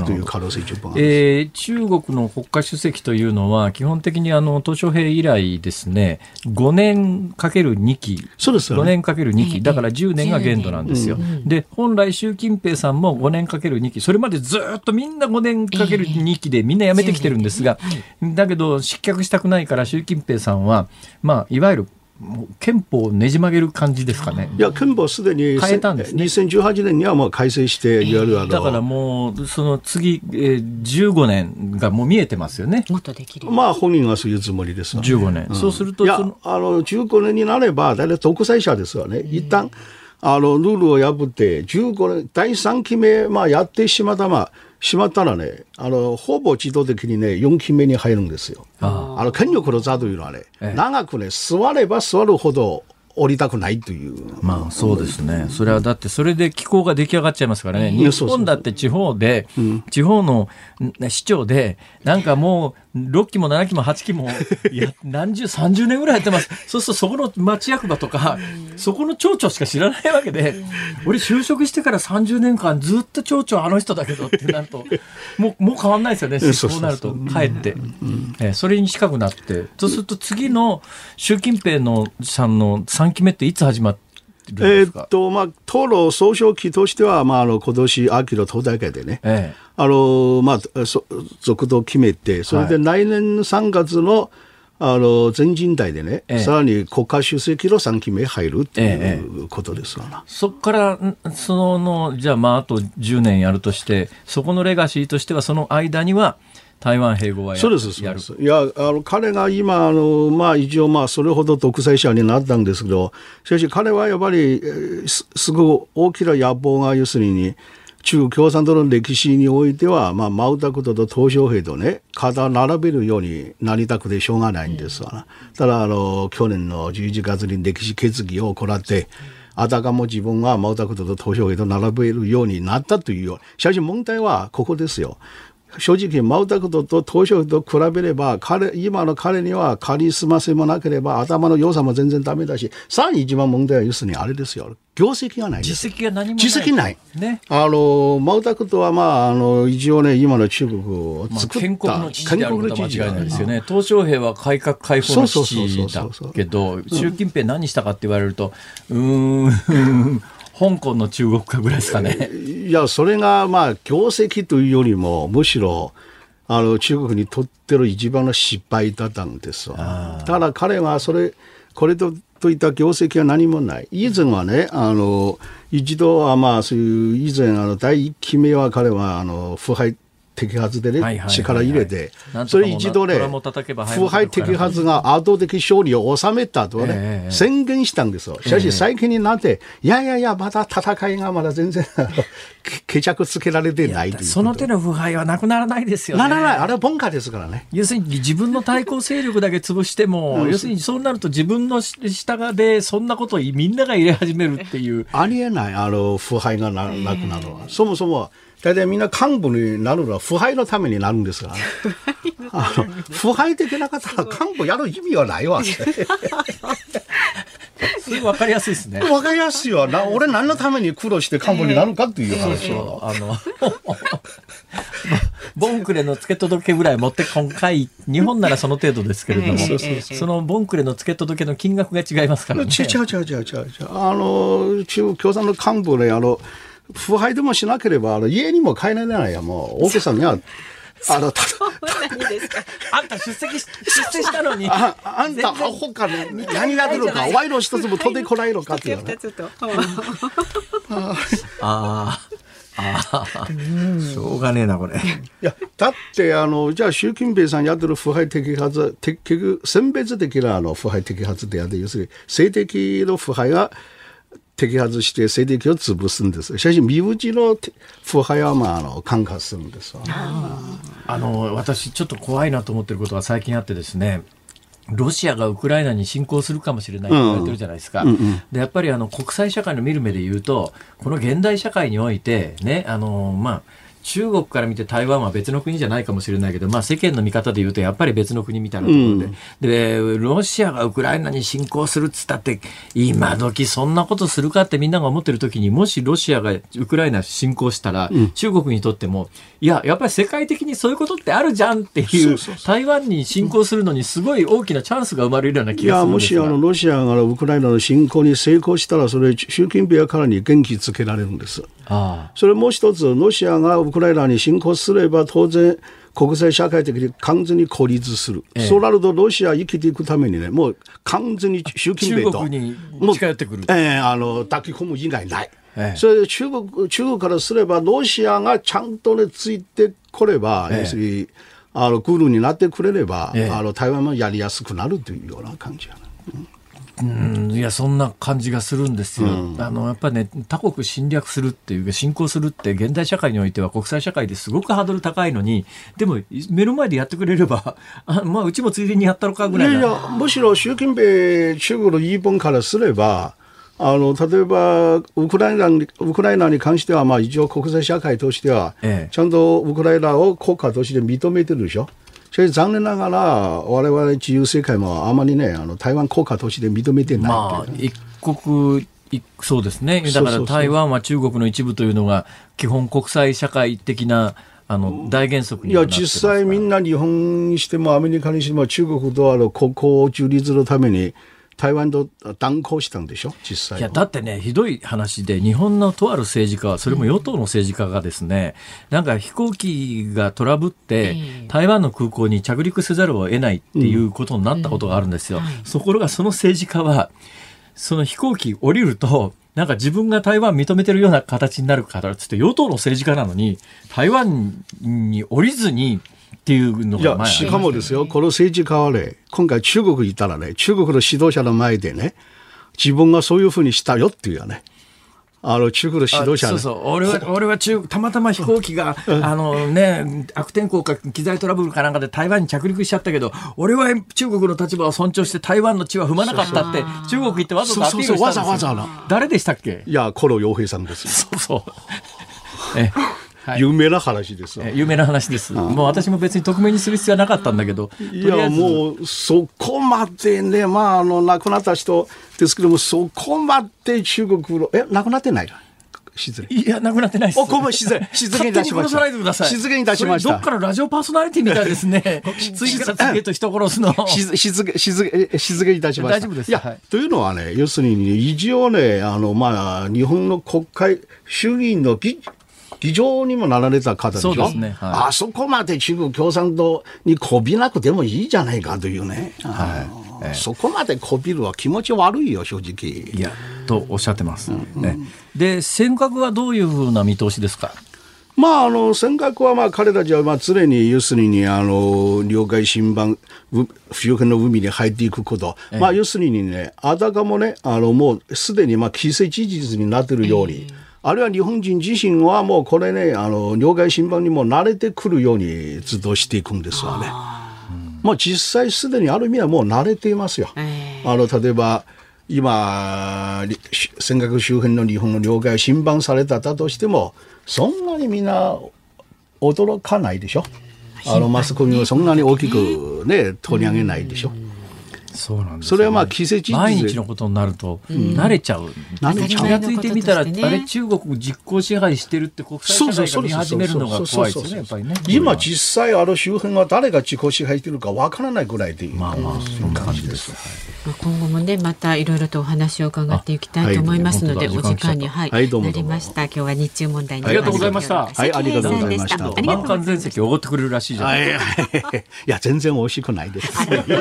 という可能性十分ある、 えー、中国の国家主席というのは基本的にあの鄧小平以来ですね、ごねんかけるにき、 そうですよね、 ごねんかけるにきだからじゅうねんが限度なんですよ、うん、で本来習近平さんもごねんかけるにき、それまでずっとみんなごねんかけるにきでみんな辞めてきてるんですが、だけど失脚したくないから習近平さんは、まあ、いわゆる憲法をねじ曲げる感じですかね。 いや憲法すでに変えたんですね。 にせんじゅうはちねんにはもう改正して、いわゆるあのだからもうその次、えー、じゅうごねんがもう見えてますよね。 もっとできる。 まあ本人はそういうつもりですわ、ね、 じゅうごねん、うん、そうするといやあのじゅうごねんになれば大体独裁者ですわね。一旦あのルールを破ってじゅうごねんだいさんきめ、まあ、やってしまったまあしまったらね、あのほぼ自動的にねよんきめに入るんですよ。ああの権力の座というのはね、ええ、長くね座れば座るほど降りたくないという。 まあそうですね。それはだってそれで気候が出来上がっちゃいますからね。日本だって地方で、うん、地方の市長でなんかもうろっきもななきもはちきもいや何十さんじゅうねんぐらいやってます。そうするとそこの町役場とかそこの町長しか知らないわけで、俺就職してからさんじゅうねんかんずっと町長あの人だけどってなるともうもう変わんないですよね。そうなるとかえって、えー、それに近くなって、そうすると次の習近平のさんのさんきめっていつ始まってえーっとまあ、党の総書記としては、まあ、あの今年秋の党大会でね、ええあのまあ、続投を決めて、それで来年さんがつの、はい、あの全人代でね、ええ、さらに国家主席のさんきめ入るということですわな、ええ、 そこからそのじゃあ、まあ、あとじゅうねんやるとして、そこのレガシーとしてはその間には台湾併合はやる。 そうですそうです。いやあの彼が今あの、まあ、一応まあそれほど独裁者になったんですけど、しかし彼はやっぱりす, すごく大きな野望が、要するに中国共産党の歴史においては、まあ、毛沢東と鄧小平とね肩並べるようになりたくてしょうがないんですわ、ね、ただあの去年のじゅういちがつに歴史決議を行って、あたかも自分が毛沢東と鄧小平と並べるようになったという。しかし問題はここですよ。正直毛沢東と鄧小平と比べれば、彼今の彼にはカリスマ性もなければ頭の良さも全然ダメだし、さらに一番問題は要するにあれですよ、業績がないです。 実績が何もない。 実績ない、 ね、 あの毛沢東は、まあ、あの一応ね今の中国を作った、まあ、 建国の父であることは間違いないですよね。鄧小平は改革開放の父だけど、習近平何したかって言われると、うーん香港の中国化ぐらいですかね。 いやそれがまあ業績というよりもむしろあの中国にとっての一番の失敗だったんですわ。ただ彼はそれこれとといった業績は何もない。以前はねあの一度はまあそういう以前あのだいいっきめは彼はあの腐敗摘発でね、はいはいはいはい、力入れて、それ一度ね、腐敗摘発が圧倒的勝利を収めたとね、えー、宣言したんですよ。しかし最近になって、いやいやいや、まだ戦いがまだ全然決着つけられてないという。 その手の腐敗はなくならないですよね。 ならない。あれは文化ですからね。 要するに自分の対抗勢力だけ潰しても、要するにそうなると自分の下でそんなことをみんなが入れ始めるっていう。 ありえない、あの腐敗が な, なくなるのは。そもそも大体みんな幹部になるのは腐敗のためになるんですからね。あの腐敗できなかったら幹部やる意味はないわけ。 それ分かりやすいですね。 分かりやすいわな。俺何のために苦労して幹部になるかっていう話を、 えー、あのボンクレの付け届けぐらい持って今回日本ならその程度ですけれども、そのボンクレの付け届けの金額が違いますからね。 違う違う違う違う違う。あの中国共産の幹部ね、あの腐敗でもしなければあの家にも帰れないや、もう大家さんにはあのた何ですか。あんた出席し出世したのにあ, あんたアホかね、何が出るか、お前の一つも飛んでこないのかっていうね。 ああああ、しょうがねえなこれ。いやだってあのじゃあ習近平さんやってる腐敗摘発、結局選別的なあの腐敗摘発であって、要するに性的の腐敗が摘発して性的を潰すんです。しかし身内の腐敗は、まあ、あの感化するんですわ。 あの私ちょっと怖いなと思ってることが最近あってですね、ロシアがウクライナに侵攻するかもしれないと言われてるじゃないですか、うんうんうん、でやっぱりあの国際社会の見る目で言うと、この現代社会においてね、あのまあ中国から見て台湾は別の国じゃないかもしれないけど、まあ、世間の見方で言うとやっぱり別の国みたいなところで、うん、でロシアがウクライナに侵攻するっつったって今時そんなことするかってみんなが思ってる時に、もしロシアがウクライナ侵攻したら、うん、中国にとってもいややっぱり世界的にそういうことってあるじゃんっていう、そうそうそう、台湾に侵攻するのにすごい大きなチャンスが生まれるような気がするんですが、 いやもしあのロシアがウクライナの侵攻に成功したらそれ習近平からに元気つけられるんです。ああ、それもう一つ、ロシアがウクライナに侵攻すれば当然国際社会的に完全に孤立する、ええ、そうなるとロシア生きていくためにね、もう完全に習近平と中国に近寄ってくる、 ええ、あの抱き込む以外ない、ええ、それで中国、中国からすればロシアがちゃんと、ね、ついてこれば、ええ、要するにあのグルーになってくれれば、ええ、あの台湾もやりやすくなるというような感じやな、うんうん、いやそんな感じがするんですよ、うん、あのやっぱりね、他国侵略するっていうか侵攻するって現代社会においては国際社会ですごくハードル高いのに、でも目の前でやってくれればあ、まあ、うちもついでにやったのかぐらいな。 いやいや、むしろ習近平中国の言い分からすれば、あの例えばウクライナに、ウクライナに関しては、まあ、一応国際社会としては、ええ、ちゃんとウクライナを国家として認めてるでしょ。それ残念ながら我々自由世界もあまりね、あの台湾国家として認めてない、 まあ、一国一そうですね。だから台湾は中国の一部というのが基本国際社会的なあの大原則になってますから。いや実際みんな日本にしてもアメリカにしても中国とあの国交樹立のために台湾と断交したんでしょ実際は。 いやだってね、ひどい話で日本のとある政治家は、それも与党の政治家がですね、うん、なんか飛行機がトラブって、うん、台湾の空港に着陸せざるを得ないっていうことになったことがあるんですよ、うんうんはい、ところがその政治家はその飛行機降りるとなんか自分が台湾認めてるような形になるからつって、与党の政治家なのに台湾に降りずにっていうのが前、 いやしかもですよ、この政治家はね、今回中国にいたらね、中国の指導者の前でね、自分がそういうふうにしたよっていうね、あの中国の指導者、ね、 そうそう、俺は俺は中たまたま飛行機があのね悪天候か機材トラブルかなんかで台湾に着陸しちゃったけど、俺は中国の立場を尊重して台湾の地は踏まなかったって中国行ってわざわざアピールしたんですよ。 そうそうそうわざわざな。 誰でしたっけ？ いやコロ陽平さんですよ。 そうそうえはい、有名な話です。 有名な話です。もう私も別に匿名にする必要はなかったんだけど、 いやもうそこまでね、まああの亡くなった人ですけども、そこまで中国のえ亡くなってないか。失礼。 いや亡くなってないです。 おごめん失礼失礼いたしました。失礼いたしました。 どっからラジオパーソナリティみたいですね。次から次へと人殺すの。 失礼失礼いたしました。 大丈夫です。 いや、はい、というのはね、要するに一応ね、あのまあ日本の国会衆議院の議議長にもなられた方でしょ。 そうですね、はい、 あそこまで中国共産党にこびなくてもいいじゃないかというね、はいええ、そこまでこびるは気持ち悪いよ正直。 いやとおっしゃってます、うんね、で尖閣はどういうふうな見通しですか？ まあ、あの尖閣はまあ彼たちはまあ常に要するにあの領海侵犯周辺の海に入っていくこと、ええまあ、要するにね、あたかもねあのもうすでにまあ既成事実になっているように、ええあるいは日本人自身はもうこれね、あの領海侵犯にも慣れてくるようにずっとしていくんですわね。もう実際すでにある意味はもう慣れていますよ。えー、あの例えば今尖閣周辺の日本の領海侵犯されたとしてもそんなにみんな驚かないでしょ。あのマスコミはそんなに大きくね取り上げないでしょ。 そうなんですね、 それはまあ季節毎日のことになると慣れちゃう、うん、気がついてみたら、ね、あれ中国実効支配してるって国際社会が見始めるのが怖いですね。やっぱりね今実際あの周辺は誰が実効支配してるかわからないぐらいでまあまあそんな感じです、 はい、今後もねまたいろいろとお話を伺っていきたいと思いますので、はい、お時間に、はいはい、なりました。今日は日中問題にありがとうございました。 はい、ありがとうございました。 満館全席おごってくれるらしいじゃないですか。 いや全然美味しくないです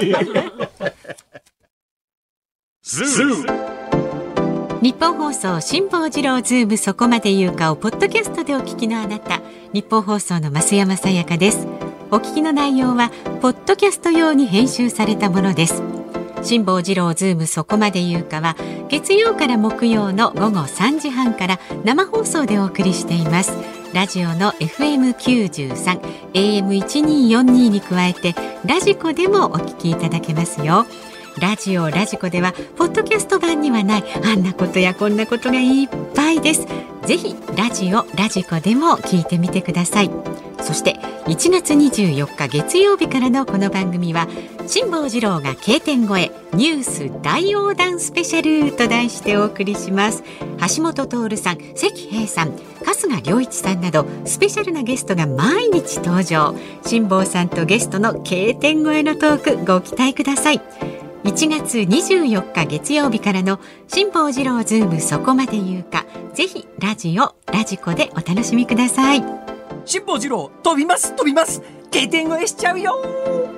日本放送辛坊治郎ズームそこまで言うかをポッドキャストでお聞きのあなた、日本放送の増山さやかです。お聞きの内容はポッドキャスト用に編集されたものです。辛坊治郎ズームそこまで言うかは月曜から木曜の午後さんじはんから生放送でお送りしています。ラジオの エフエムきゅうじゅうさん エーエムせんにひゃくよんじゅうに に加えてラジコでもお聞きいただけますよ。 ラジオラジコではポッドキャスト版にはないあんなことやこんなことがいっぱいです。ぜひラジオラジコでも聞いてみてください。そしていちがつにじゅうよっか月曜日からのこの番組は辛坊治郎が K 点越えニュース大横断スペシャルと題してお送りします。橋本徹さん、関平さん、春日良一さんなどスペシャルなゲストが毎日登場。辛坊さんとゲストの K 点越えのトークご期待ください。いちがつにじゅうよっか月曜日からの辛坊治郎ズームそこまで言うか、ぜひラジオラジコでお楽しみください。 辛坊治郎飛びます飛びます K 点越えしちゃうよ。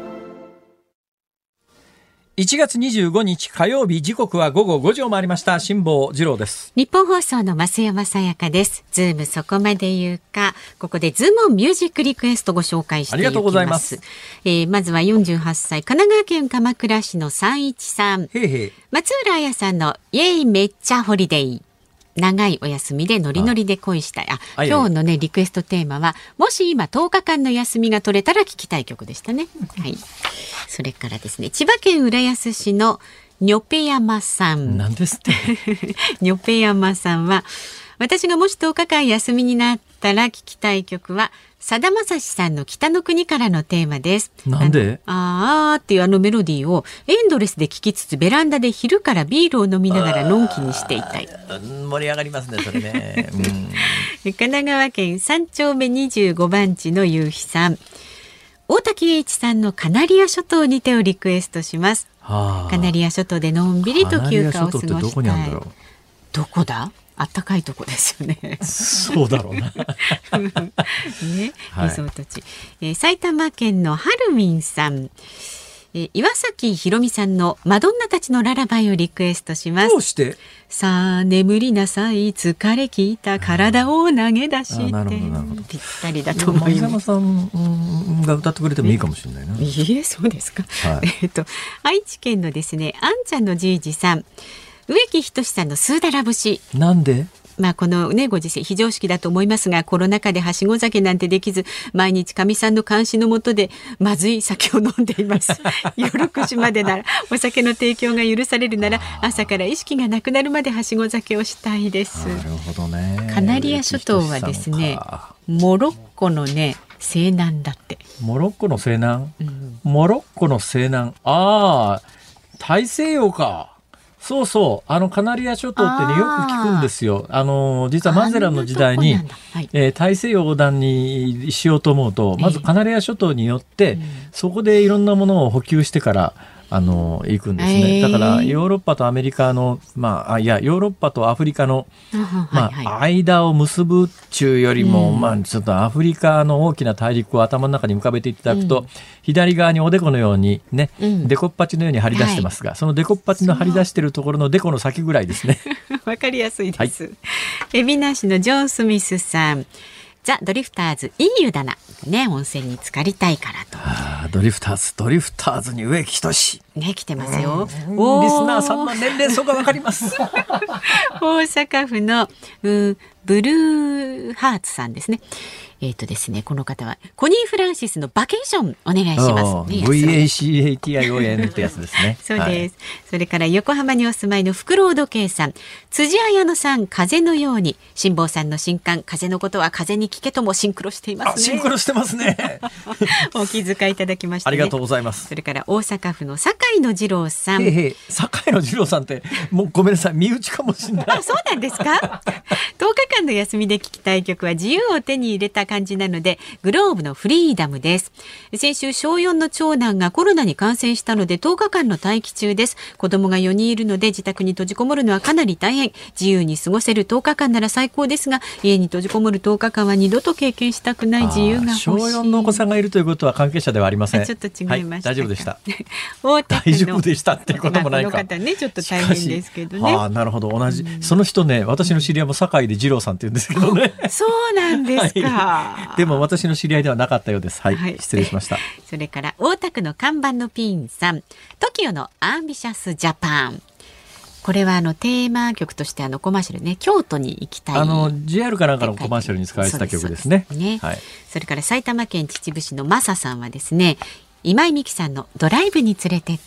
いちがつにじゅうごにち火曜日、時刻はごごごじを回りました。辛坊治郎です。 日本放送の増山さやかです。ズームそこまで言うか、ここでズームオンミュージックリクエストご紹介していきます。ありがとうございます。えー、まずはよんじゅうはっさい神奈川県鎌倉市のさんいちさん、へーへー、松浦彩さんのイエイめっちゃホリデー、長いお休みでノリノリで恋したい。あ、あ今日のねリクエストテーマはもし今とおかかんの休みが取れたら聴きたい曲でしたね。はい。それからですね、千葉県浦安市のにょぺ山さん。 なんですってにょぺ山さんは、私がもしとおかかん休みになったら聴きたい曲はさだまさしさんの北の国からのテーマです。 なんであーっていうあのメロディーをエンドレスで聴きつつベランダで昼からビールを飲みながらのんきにしていたい。 盛り上がりますねそれね、うん、 神奈川県さんちょうめにじゅうごばん地の夕日さん、大滝栄一さんのカナリア諸島にてをリクエストします。はあ、カナリア諸島でのんびりと休暇を過ごしたい。どこにあるんだろう。どこだ、あったかいとこですよね。 そうだろうな。 ね、はい、リゾート地、えー、埼玉県のハルミンさん、えー、岩崎宏美さんのマドンナたちのララバイをリクエストします。 どうして？ さあ眠りなさい、疲れきった体を投げ出して、ぴったりだと思います。 松山さんが歌ってくれてもいいかもしれないな。 いえ、そうですか。はい、えっと愛知県のですね、あんちゃんのじいじさん、植木仁さんのスーダラ節。 なんで？ まあ、このねご時世非常識だと思いますが、コロナ禍ではしご酒なんてできず、毎日かみさんの監視の下でまずい酒を飲んでいます。夜くじまでならお酒の提供が許されるなら朝から意識がなくなるまではしご酒をしたいです。 なるほどね。 カナリア諸島はですね、モロッコのね西南だって。 モロッコの西南、うん、モロッコの西南、ああ大西洋か。そうそう、あのカナリア諸島ってねよく聞くんですよ。あの実はマゼランの時代に、はいえー、大西洋横断にしようと思うと、まずカナリア諸島によって、えー、そこでいろんなものを補給してからあの行くんですね。だからヨーロッパとアメリカの、まあ、あいやヨーロッパとアフリカの、まあはいはい、間を結ぶっちゅうよりも、うんまあ、ちょっとアフリカの大きな大陸を頭の中に浮かべていただくと、うん、左側におでこのようにね、うん、デコッパチのように張り出してますが、はい、そのデコッパチの張り出しているところのデコの先ぐらいですね。 わかりやすいです。はい、海老名市のジョン・スミスさん、ザ・ドリフターズいい湯だな、ね、温泉に浸かりたいからと。 あドリフターズドリフターズに植木仁ね来てますよ。リスナーさんの年齢層がわかります。 大阪府のうブルーハーツさんですね。えーとですね、この方はコニー・フランシスのバケーションお願いします、ね、 ブイエーシーエーティーアイオーエヌ ってやつですね。 そうです、はい、それから横浜にお住まいのフクロウドケイさん、辻彩乃さん、風のように、辛坊さんの新刊風のことは風に聞けともシンクロしていますね。 あシンクロしてますね。 お気遣いいただきました、ね、 ありがとうございます。 それから大阪府の堺野二郎さん、 へへ堺野二郎さんってもうごめんなさい身内かもしれない。 あそうなんですか。とおかかんの休みで聴きたい曲は自由を手に入れた感じなのでグローブのフリーダムです。先週しょうよんの長男がコロナに感染したのでとおかかんの待機中です。子供がよにんいるので自宅に閉じこもるのはかなり大変。自由に過ごせるとおかかんなら最高ですが、家に閉じこもるとおかかんは二度と経験したくない。自由が欲しい。 しょうよんのお子さんがいるということは関係者ではありません。 ちょっと違いました、はい、 大丈夫でした。 大大丈夫でしたっていうこともないか、 まあ、この方ねちょっと大変ですけどね。 あなるほど同じ、うん、その人ね私の知り合いも堺で二郎さんって言うんですけどね。 そうなんですか、 はい、でも私の知り合いではなかったようです。はい、はい、失礼しました。 それから大田区の看板のピンさん、トキオのアンビシャスジャパン。これはあのテーマ曲としてあのコマーシャルね、京都に行きたい、 あの ジェイアール かなんかのコマーシャルに使われてた曲ですね。 そうです、そうですね、 はい、 それから埼玉県秩父市のマサさんはですね、今井美樹さんのドライブに連れてって。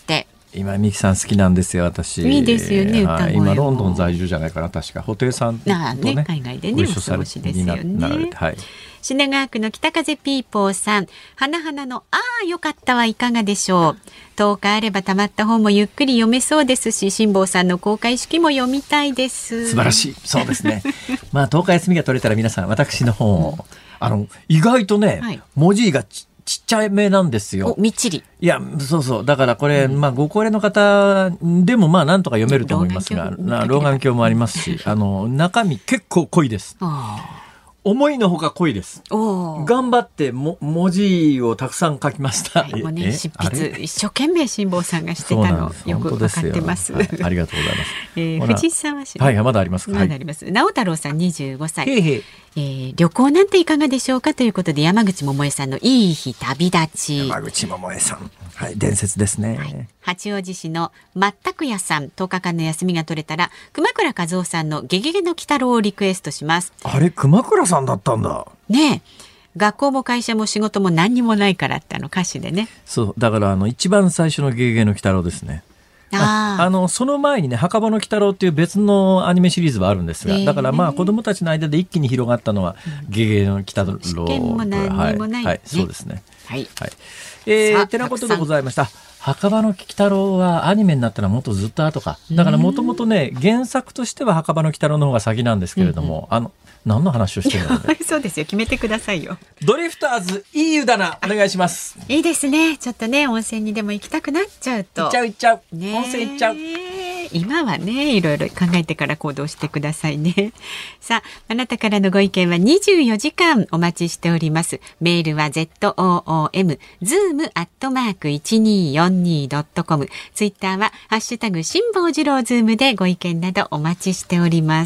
今井美樹さん好きなんですよ私。 いいですよね、歌声も。 今ロンドン在住じゃないかな確か。布袋さんとね、 ね、海外でね、お過ごしですよね。 はい、 品川区の北風ピーポーさん、花々のああよかったはいかがでしょう。とおかあればたまった本もゆっくり読めそうですし、辛坊さんの公開式も読みたいです。 素晴らしい。そうですね。まあとおか休みが取れたら皆さん私の本を、うん、あの意外とね、はい、文字がちちっちゃめなんですよ。 みっちり。 いや、そうそう。だからこれ、うん、まあご高齢の方でもまあなんとか読めると思いますが、老眼鏡もありますし、あの中身結構濃いです。思いのほか濃いです。頑張っても文字をたくさん書きました。はい、 もうね、執筆一生懸命辛坊さんがしてたのよく分かってます。 はい、ありがとうございます。 えー、藤沢市、 はい、まだあります。 まだあります。はい、直太朗さんにじゅうごさい。 へーへーえー、旅行なんていかがでしょうかということで、山口百恵さんのいい日旅立ち。 山口百恵さん、はい、伝説ですね。はい、 八王子市のまったくやさん、とおかかんの休みが取れたら熊倉和夫さんのゲゲゲの鬼太郎をリクエストします。 あれ熊倉さんだったんだねえ。学校も会社も仕事も何にもないからってあの歌詞でね。 そうだからあの一番最初のゲゲゲの鬼太郎ですね。ああのその前にね墓場の鬼太郎っていう別のアニメシリーズはあるんですが、だからまあ子供たちの間で一気に広がったのは、うん、ゲゲゲの鬼太郎。 試験も何にもない、ね、 はいはい、そうですね。 はい、 はい、えー、てなことでございました。墓場の鬼太郎はアニメになったらもっとずっと後か。だからもともとね原作としては墓場の鬼太郎の方が先なんですけれども、うんうん、あの何の話をしてるのでそうですよ、決めてくださいよ。 ドリフターズいい湯だな、お願いします。 いいですね。ちょっとね温泉にでも行きたくなっちゃうと行っちゃう行っちゃう、ね、温泉行っちゃう。 今はねいろいろ考えてから行動してくださいね。さあ、あなたからのご意見はにじゅうよじかんお待ちしております。メールは ズーム ズーム アットマーク いちにーよんにー ドットコム、 ツイッターはハッシュタグ辛坊治郎ズームでご意見などお待ちしております。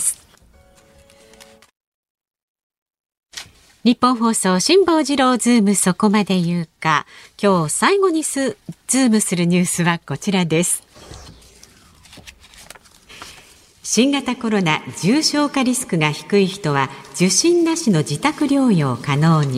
日本放送辛坊治郎ズームそこまで言うか。今日最後にスズームするニュースはこちらです。新型コロナ重症化リスクが低い人は受診なしの自宅療養可能に。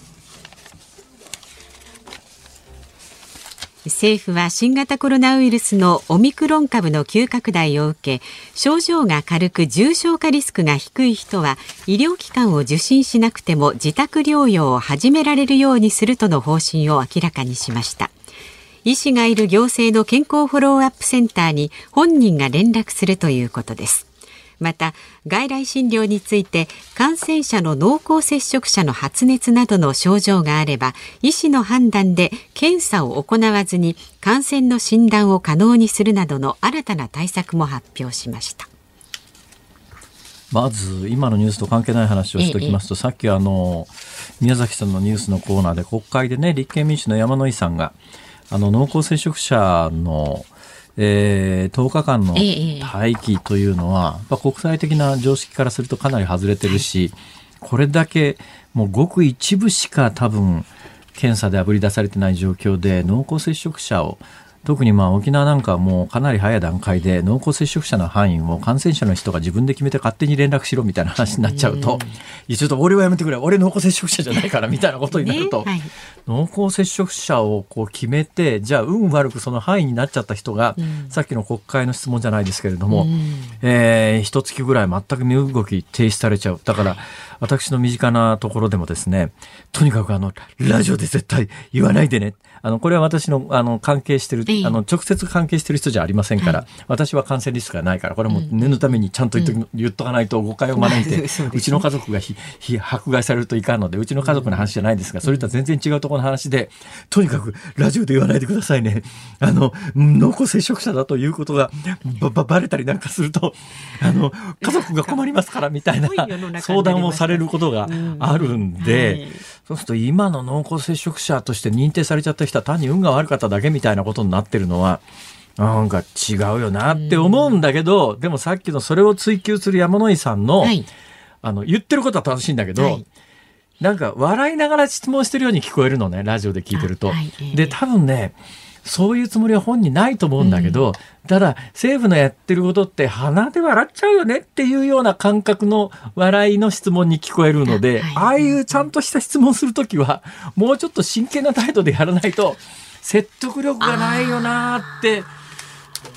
政府は新型コロナウイルスのオミクロン株の急拡大を受け、症状が軽く重症化リスクが低い人は医療機関を受診しなくても自宅療養を始められるようにするとの方針を明らかにしました。医師がいる行政の健康フォローアップセンターに本人が連絡するということです。また外来診療について感染者の濃厚接触者の発熱などの症状があれば医師の判断で検査を行わずに感染の診断を可能にするなどの新たな対策も発表しました。 まず今のニュースと関係ない話をしておきますと、ええ、さっきあの宮崎さんのニュースのコーナーで国会でね立憲民主の山井さんがあの濃厚接触者のえー、とおかかんの待機というのは、ええ、国際的な常識からするとかなり外れてるし、これだけもうごく一部しか多分検査であぶり出されてない状況で濃厚接触者を特にまあ沖縄なんかはもうかなり早い段階で濃厚接触者の範囲を感染者の人が自分で決めて勝手に連絡しろみたいな話になっちゃうと、いやちょっと俺はやめてくれ、俺濃厚接触者じゃないからみたいなことになると、ねはい、濃厚接触者をこう決めてじゃあ運悪くその範囲になっちゃった人が、うん、さっきの国会の質問じゃないですけれども、うんえー、一月ぐらい全く身動き停止されちゃう。だから、はい、私の身近なところでもですね、とにかくあのラジオで絶対言わないでね、あのこれは私のあの関係してるあの直接関係してる人じゃありませんから、はい、私は感染リスクがないからこれも念のためにちゃんと言っと、うん、言っとかないと誤解を招いて、うん、うちの家族がひひ迫害されるといかんので、うちの家族の話じゃないですが、それとは全然違うところの話で、とにかくラジオで言わないでくださいね、あの濃厚接触者だということがばばバレたりなんかするとあの家族が困りますからみたいな相談をされることがあるんで、うんはい、そうすると今の濃厚接触者として認定されちゃった人は単に運が悪かっただけみたいなことになってるのはなんか違うよなって思うんだけど、でもさっきのそれを追求する山井さんの、はい、あの言ってることは正しいんだけど、はい、なんか笑いながら質問してるように聞こえるのね、ラジオで聞いてると、はい、で多分ねそういうつもりは本にないと思うんだけど、うん、ただ政府のやってることって鼻で笑っちゃうよねっていうような感覚の笑いの質問に聞こえるので、はい、ああいうちゃんとした質問するときはもうちょっと真剣な態度でやらないと説得力がないよなって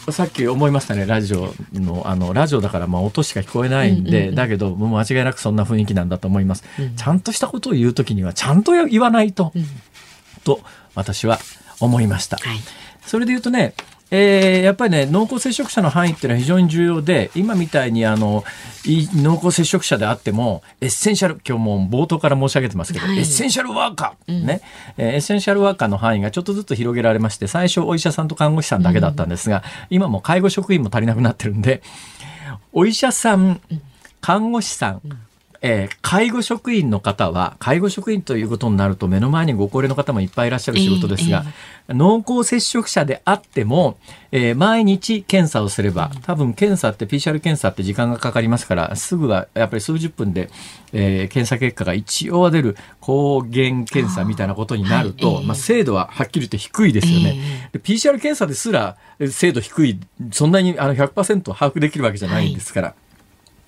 さっき思いましたね、ラジオの、あの、ラジオだからまあ音しか聞こえないんで、うんうんうん、だけど、もう間違いなくそんな雰囲気なんだと思います。うん、ちゃんとしたことを言うときには、ちゃんと言わないと、うん、と、私は思いました。はい、それで言うとね、えー、やっぱりね、濃厚接触者の範囲っていうのは非常に重要で、今みたいにあの濃厚接触者であってもエッセンシャル、今日も冒頭から申し上げてますけど、はい、エッセンシャルワーカー、ね、うん、えー、エッセンシャルワーカーの範囲がちょっとずつ広げられまして、最初お医者さんと看護師さんだけだったんですが、うん、今も介護職員も足りなくなってるんで、お医者さん、看護師さん、うん、えー、介護職員の方は、介護職員ということになると目の前にご高齢の方もいっぱいいらっしゃる仕事ですが、えーえー、濃厚接触者であっても、えー、毎日検査をすれば、多分検査って ピーシーアール 検査って時間がかかりますから、すぐはやっぱり数十分で、えー、検査結果が一応は出る抗原検査みたいなことになると、はい、えーまあ、精度ははっきり言って低いですよね。えー、で ピーシーアール 検査ですら精度低い、そんなにあの ひゃくパーセント 把握できるわけじゃないんですから、はい、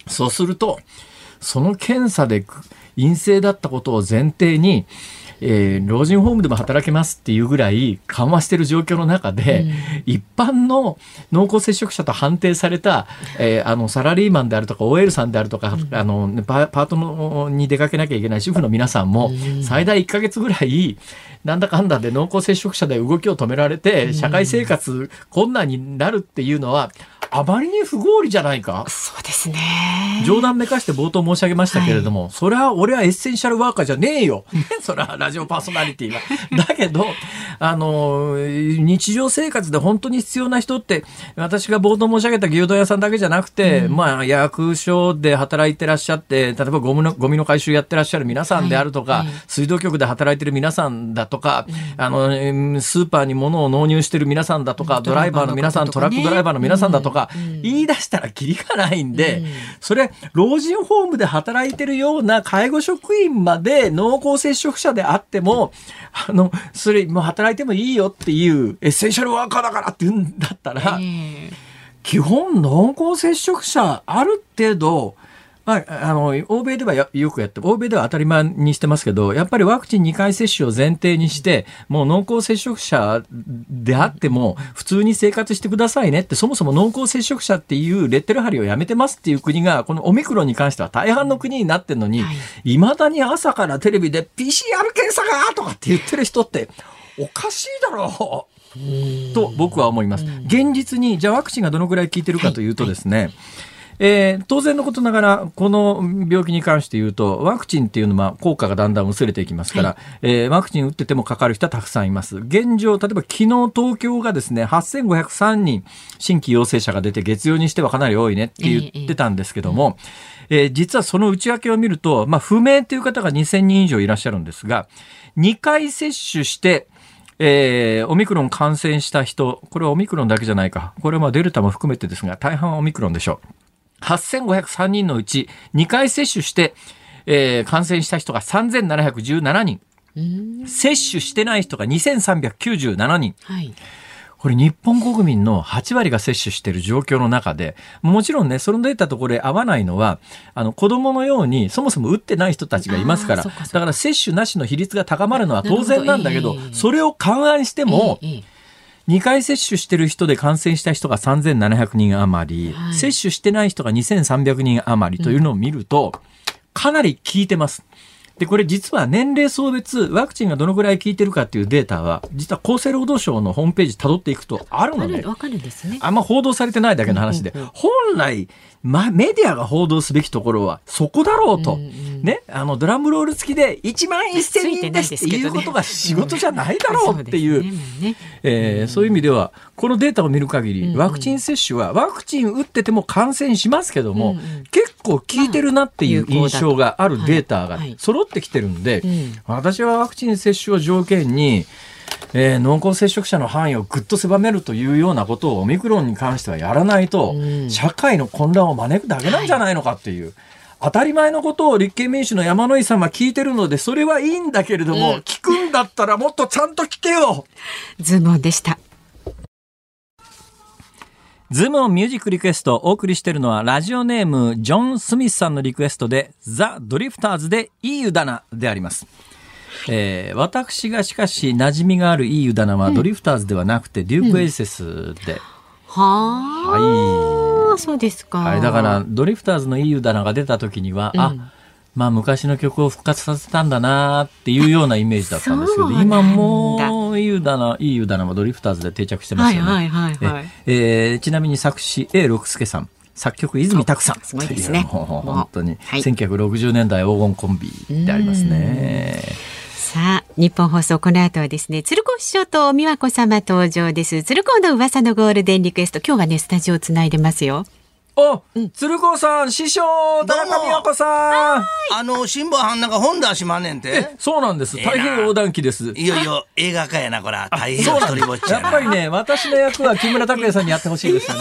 そうするとその検査で陰性だったことを前提に、えー、老人ホームでも働けますっていうぐらい緩和している状況の中で、うん、一般の濃厚接触者と判定された、えー、あのサラリーマンであるとか オーエル さんであるとか、うん、あの パ, パートのに出かけなきゃいけない主婦の皆さんも、うん、最大いっかげつぐらいなんだかんだで濃厚接触者で動きを止められて、社会生活困難になるっていうのはあまりに不合理じゃないか。 そうですね。 冗談めかして冒頭申し上げましたけれども、はい、それは俺はエッセンシャルワーカーじゃねえよ。それはラジオパーソナリティは。だけど、あの、日常生活で本当に必要な人って、私が冒頭申し上げた牛丼屋さんだけじゃなくて、うん、まあ、役所で働いてらっしゃって、例えばゴミの、ゴミの回収やってらっしゃる皆さんであるとか、はいはい、水道局で働いてる皆さんだとか、うん、あの、スーパーに物を納入してる皆さんだとか、うん、ドライバーの皆さん、トラックドライバーの皆さんだとか、うん、言い出したらキリがないんで、うん、それ老人ホームで働いてるような介護職員まで濃厚接触者であっても、あのそれもう働いてもいいよっていうエッセンシャルワーカーだからって言うんだったら、えー、基本濃厚接触者ある程度、まあ、あの欧米ではやよくやって欧米では当たり前にしてますけど、やっぱりワクチンにかい接種を前提にして、もう濃厚接触者であっても普通に生活してくださいねって、そもそも濃厚接触者っていうレッテル貼りをやめてますっていう国がこのオミクロンに関しては大半の国になってるのに、いまだに朝からテレビで ピーシーアール 検査がとかって言ってる人っておかしいだろうと僕は思います。現実にじゃあワクチンがどのくらい効いてるかというとですね、はいはい、えー、当然のことながらこの病気に関して言うとワクチンっていうのは効果がだんだん薄れていきますから、はい、えー、ワクチン打っててもかかる人はたくさんいます。現状、例えば昨日東京がですねはっせんごひゃくさんにん新規陽性者が出て、月曜にしてはかなり多いねって言ってたんですけども、えーえー、実はその内訳を見ると、まあ、不明という方がにせんにん以上いらっしゃるんですが、にかい接種してえー、オミクロン感染した人、これはオミクロンだけじゃないか、これはまあデルタも含めてですが大半はオミクロンでしょう。はっせんごひゃくさんにんのうちにかい接種して、えー、感染した人がさんぜんななひゃくじゅうななにん、接種してない人がにせんさんびゃくきゅうじゅうななにん、はい、これ日本国民のはちわりが接種している状況の中で、もちろんねそのデータとこれ合わないのは、あの子供のようにそもそも打ってない人たちがいますから、だから接種なしの比率が高まるのは当然なんだけど、えー、それを勘案しても、えーえーにかい接種してる人で感染した人がさんぜんななひゃくにん余り、はい、接種してない人がにせんさんびゃくにん余りというのを見ると、うん、かなり効いてます。で、これ実は年齢層別ワクチンがどのぐらい効いてるかっていうデータは、実は厚生労働省のホームページ辿っていくとあるので、 わかるんですね。 あんま報道されてないだけの話で、うんうんうん、本来、ま、メディアが報道すべきところはそこだろうと、うんうん、ね、あのドラムロール付きでいちまんせんにんですっていうことが仕事じゃないだろうっていう、そうですね、えー、そういう意味ではこのデータを見る限り、ワクチン接種はワクチン打ってても感染しますけども、うんうん、結構効いてるなっていう印象があるデータが揃ってきてるんで、はいはい、うん、私はワクチン接種を条件に、えー、濃厚接触者の範囲をぐっと狭めるというようなことをオミクロンに関してはやらないと、うん、社会の混乱を招くだけなんじゃないのかっていう、はい、当たり前のことを立憲民主の山井さんは聞いてるのでそれはいいんだけれども、うん、聞くんだったらもっとちゃんと聞けよ。 ズームオンでした。 ズームオンミュージックリクエストをお送りしているのはラジオネームジョン・スミスさんのリクエストでザ・ドリフターズでいい湯棚であります。えー、私がしかし馴染みがあるいい湯棚はドリフターズではなくてデュークエイセスで、うんうん、 はあ、そうですか。 はい、だからドリフターズのいい湯棚が出た時には、うん、あ、まあ昔の曲を復活させたんだなっていうようなイメージだったんですけど、今もういい湯棚、いい湯棚はドリフターズで定着してますよね。はいはいはいはい、ええー、ちなみに作詞 エーろくすけさん、作曲泉拓さん、 すごいですね。 もう本当に、はい、せんきゅうひゃくろくじゅうねんだい黄金コンビでありますね。 さあ、日本放送この後はですね、鶴光師匠と美和子様登場です。鶴光の噂のゴールデンリクエスト、今日はねスタジオつないでますよ。 お、うん、鶴光さん、師匠、田中美和子さん。 あの辛坊はんなんか本出しまんねんて。 そうなんです。太平洋横断機です。 いよいよ映画化やな、こら。太平洋一人ぼっちやな。 やっぱりね、私の役は木村拓哉さんにやってほしいですよね。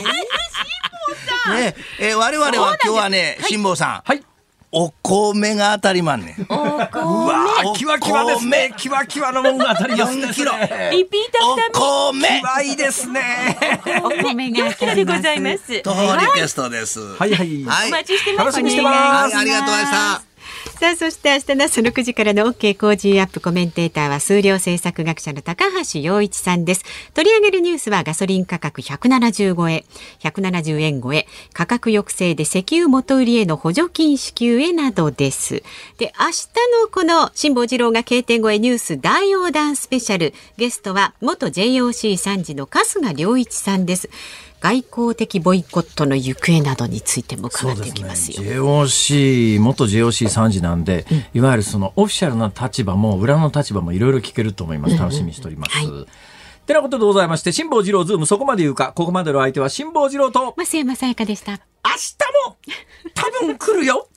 ねえー、我々は今日はね、辛坊さん。 はい。 お米が当たりまんねん。 お米。うわー、キワキワですね。キワキワのもんが当たりますね。 よんキロ。 リピートお米。 キワいですね。 お米が当たります。ございます。 東方リクエストです。 はいはい。 お待ちしてます。 楽しみにしてます。 はい、ありがとうございました。 さあ、そして明日の朝ろくじからの OK 工事アップ、コメンテーターは数量政策学者の高橋洋一さんです。取り上げるニュースはガソリン価格ひゃくななじゅうごえん、ひゃくななじゅうえん超え、価格抑制で石油元売りへの補助金支給へなどです。で、明日のこの辛坊治郎が経典越えニュース大横断スペシャル、ゲストは元 ジェイオーシー 参事の春日良一さんです。外交的ボイコットの行方などについても伺っていきますよ。 そうですね、ジェイオーシー 元 ジェイオーシー 参事なんで、うん、いわゆるそのオフィシャルな立場も裏の立場もいろいろ聞けると思います。楽しみにしております。うんうん、はい、てなことでございまして、辛坊治郎ズームそこまで言うか。ここまでの相手は辛坊治郎と増山さやかでした。 明日も多分来るよ。